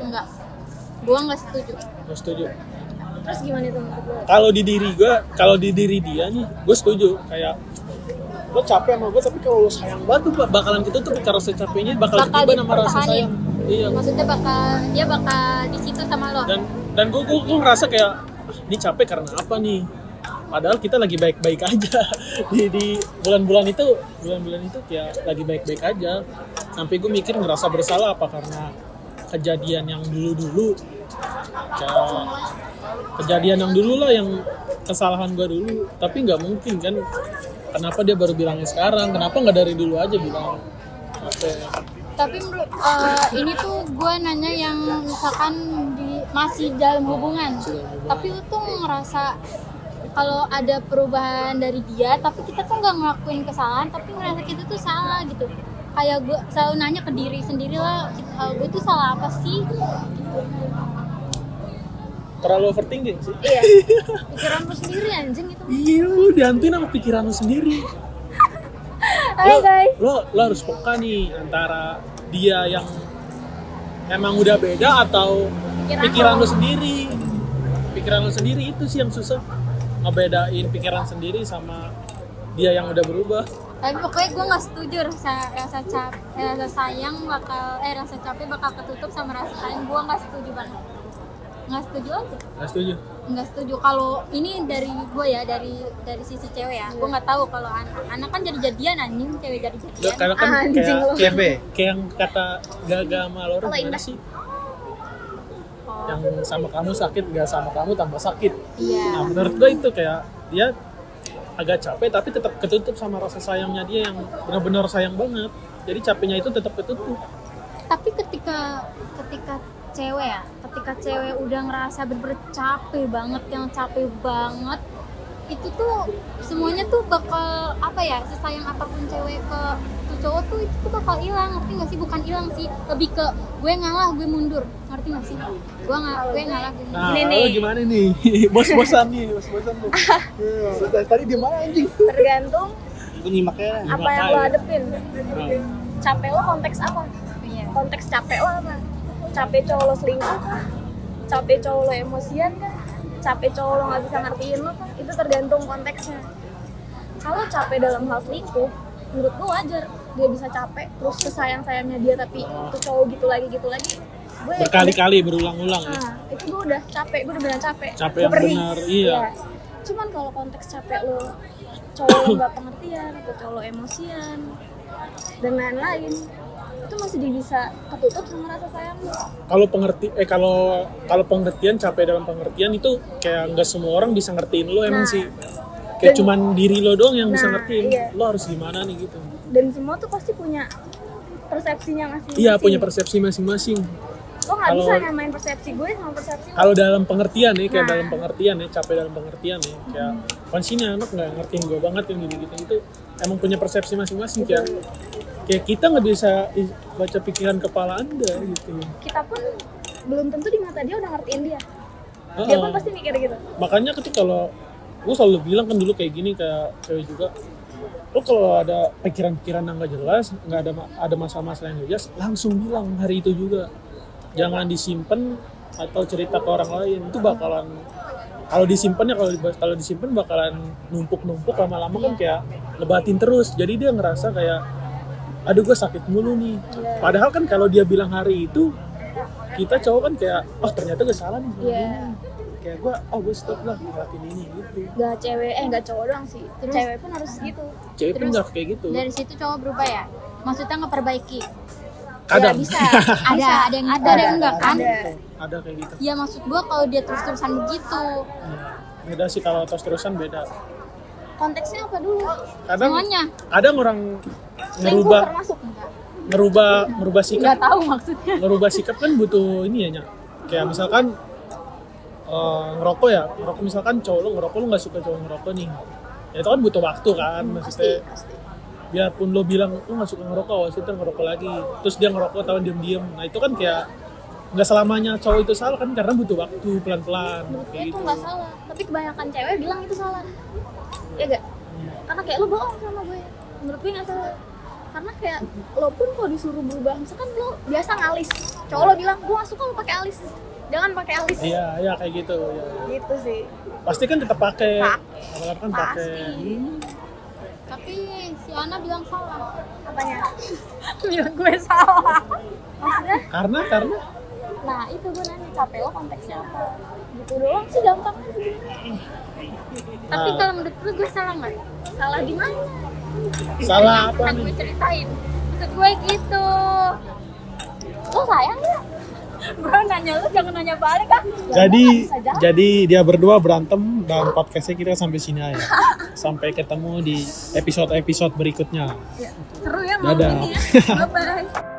Gue nggak setuju. Gak setuju. Terus gimana itu menurut gue? Kalau di diri dia nih, gue setuju. Kayak lo capek sama gue, tapi kalau lo sayang banget tuh bakalan ketutup, cara secapeknya bakal ketutup sama rasa sayang. Iya. Maksudnya dia bakal di situ sama lo. Dan gue ngerasa kayak ini capek karena apa nih? Padahal kita lagi baik-baik aja di bulan-bulan itu kayak lagi baik-baik aja. Sampai gue mikir ngerasa bersalah apa karena kejadian yang dulu kayak kejadian yang dulu lah, yang kesalahan gue dulu. Tapi nggak mungkin kan, kenapa dia baru bilangnya sekarang, kenapa nggak dari dulu aja bilang. Tapi menurut ini tuh gue nanya yang misalkan masih dalam hubungan, tapi lu tuh ngerasa kalau ada perubahan dari dia, tapi kita tuh nggak ngelakuin kesalahan, tapi ngerasa kita tuh salah gitu. Kayak gue selalu nanya ke diri sendiri lah, gue tuh salah apa sih? Terlalu overthinking sih. Iya. Pikiran lu sendiri anjing itu. Iya, lu dihantuin sama pikiran lu sendiri. Hai guys. Lo harus peka nih antara dia yang emang udah beda atau pikiran lo. lu sendiri? Pikiran lu sendiri itu sih yang susah, ngebedain pikiran sendiri sama dia yang udah berubah. Tapi pokoknya gue nggak setuju rasa sayang bakal rasa capek bakal ketutup sama rasa sayang. Gue nggak setuju banget. Nggak setuju aja. Nggak setuju. Kalau ini dari gue ya, dari sisi cewek ya. Gue nggak tahu kalau anak kan jadi jadian anjing, cewek jadi jadian. Karena kan Anjing lu. kayak yang kata Gaga sama Laura gimana sih? Oh, Yang sama kamu sakit, gak sama kamu tambah sakit. iya. Nah menurut gue itu kayak dia agak capek tapi tetap ketutup sama rasa sayangnya dia yang benar-benar sayang banget. Jadi capeknya itu tetap ketutup. Tapi ketika cewek udah ngerasa bener-bener capek banget, yang capek banget, itu tuh semuanya tuh bakal apa ya, sesayang apapun cewek ke tuh cowok tuh itu tuh bakal hilang, ngerti nggak sih? Bukan hilang sih, lebih ke gue ngalah gue mundur, ngerti nggak sih? Gue ngalah gue mundur. Nah, Ini lo nih. gimana nih? Bos-bosan tuh. Tadi di mana anjing? Tergantung Gue nyimaknya. apa yang lo hadepin. Nah, Capek lo konteks apa? Iya. Konteks capek lo apa? Capek cowok lo selingkuh kah? Capek cowok lo emosian kah? Capek cowok lo nggak bisa ngertiin lo kah? Itu tergantung konteksnya. Kalau capek dalam hal selingkuh, menurut gue wajar dia bisa capek terus kesayang-sayangnya dia tapi tuh cowok gitu lagi gue berkali-kali berulang-ulang ya. nah itu gue udah capek, gue udah benar capek Capek Gue yang pergi. benar, iya. Cuman kalau konteks capek lo cowok lo nggak pengertian atau cowok lo emosian dan lain-lain, itu masih bisa ketutup sama rasa sayang lo. Kalau pengertian, capek dalam pengertian itu kayak nggak semua orang bisa ngertiin lo emang Nah. sih. Kayak Dan- cuman diri lo doang yang bisa Nah, ngertiin. iya. Lo harus gimana nih gitu. Dan semua tuh pasti punya persepsinya masing-masing. Iya, punya persepsi masing-masing. Lo nggak Kalau- bisa nyamain persepsi gue sama persepsi lo. Kalau dalam pengertian nih, kayak Nah. dalam pengertian ya, capek dalam pengertian nih, kayak konsini anak nggak ngertiin gue banget yang gitu-gitu itu emang punya persepsi masing-masing kayak kita nggak bisa baca pikiran kepala anda gitu. Kita pun belum tentu di mata dia udah ngertiin dia. Dia pun pasti mikir gitu. Makanya ketika kalau gue selalu bilang kan dulu kayak gini ke cewek juga, lo kalau ada pikiran-pikiran yang nggak jelas, nggak ada masalah-masalah yang nggak jelas, langsung bilang hari itu juga. Jangan disimpan atau cerita ke orang lain, itu bakalan kalau disimpan ya kalau disimpan bakalan numpuk lama-lama kan kayak lebatin terus. Jadi dia ngerasa kayak aduh gue sakit mulu nih. Padahal kan kalau dia bilang hari itu kita cowok kan kayak oh ternyata gue salah nih. Iya. Kayak gue stop lah ngelakuin ini gitu. Gak cewek, gak cowok doang sih. Terus- Cewek pun harus gitu. Cewek pun Terus nggak kayak gitu. Dari situ cowok berubah ya, maksudnya ngeperbaiki. Kadang Ya, bisa. Ada yang enggak kan? ada kayak gitu. Ya maksud gua kalau dia terus-terusan begitu, Beda sih kalau terus-terusan beda. Konteksnya apa dulu? Kadang semuanya kadang orang Selingkuh termasuk. ngerubah sikap. nggak tahu maksudnya. Ngerubah sikap kan butuh ini ya Nya. Kayak misalkan ngerokok ya, misalkan cowok lo ngerokok, lo nggak suka cowok ngerokok nih, ya itu kan butuh waktu kan, maksudnya Pasti. biarpun lo bilang lo nggak suka ngerokok, maksudnya ngerokok lagi, terus dia ngerokok tahun diem-diem, nah itu kan kayak nggak selamanya cowok itu salah kan, karena butuh waktu pelan-pelan Menurut gue kayak itu gitu. nggak salah, tapi kebanyakan cewek bilang itu salah. Ya gak? Karena kayak lo bohong sama gue. Menurut gue nggak salah. Karena kayak lo pun kalau disuruh berubah, misalkan lo biasa ngalis, cowok lo bilang gue nggak suka lo pakai alis, jangan pakai alis. Iya kayak gitu ya. Gitu sih. Pasti kan tetap pakai, Pakai. apalagi kan pakai. Pasti. Tapi si Ana bilang salah. Apanya? Bilang gue salah. Maksudnya? Karena Nah itu gue nanya capek lo konteksnya apa? Gitu doang sih gampang aja. Tapi Nah. kalau menurut gue salah nggak? Salah di mana? salah apa Kan nih? gue ceritain. Maksud gue gitu. Lo sayang ya? Gue nanya lu jangan nanya balik ah. Jadi dia berdua berantem dan podcastnya kita sampai sini aja. Sampai ketemu di episode berikutnya. Seru ya mau Dadah. ini ya. Bye bye.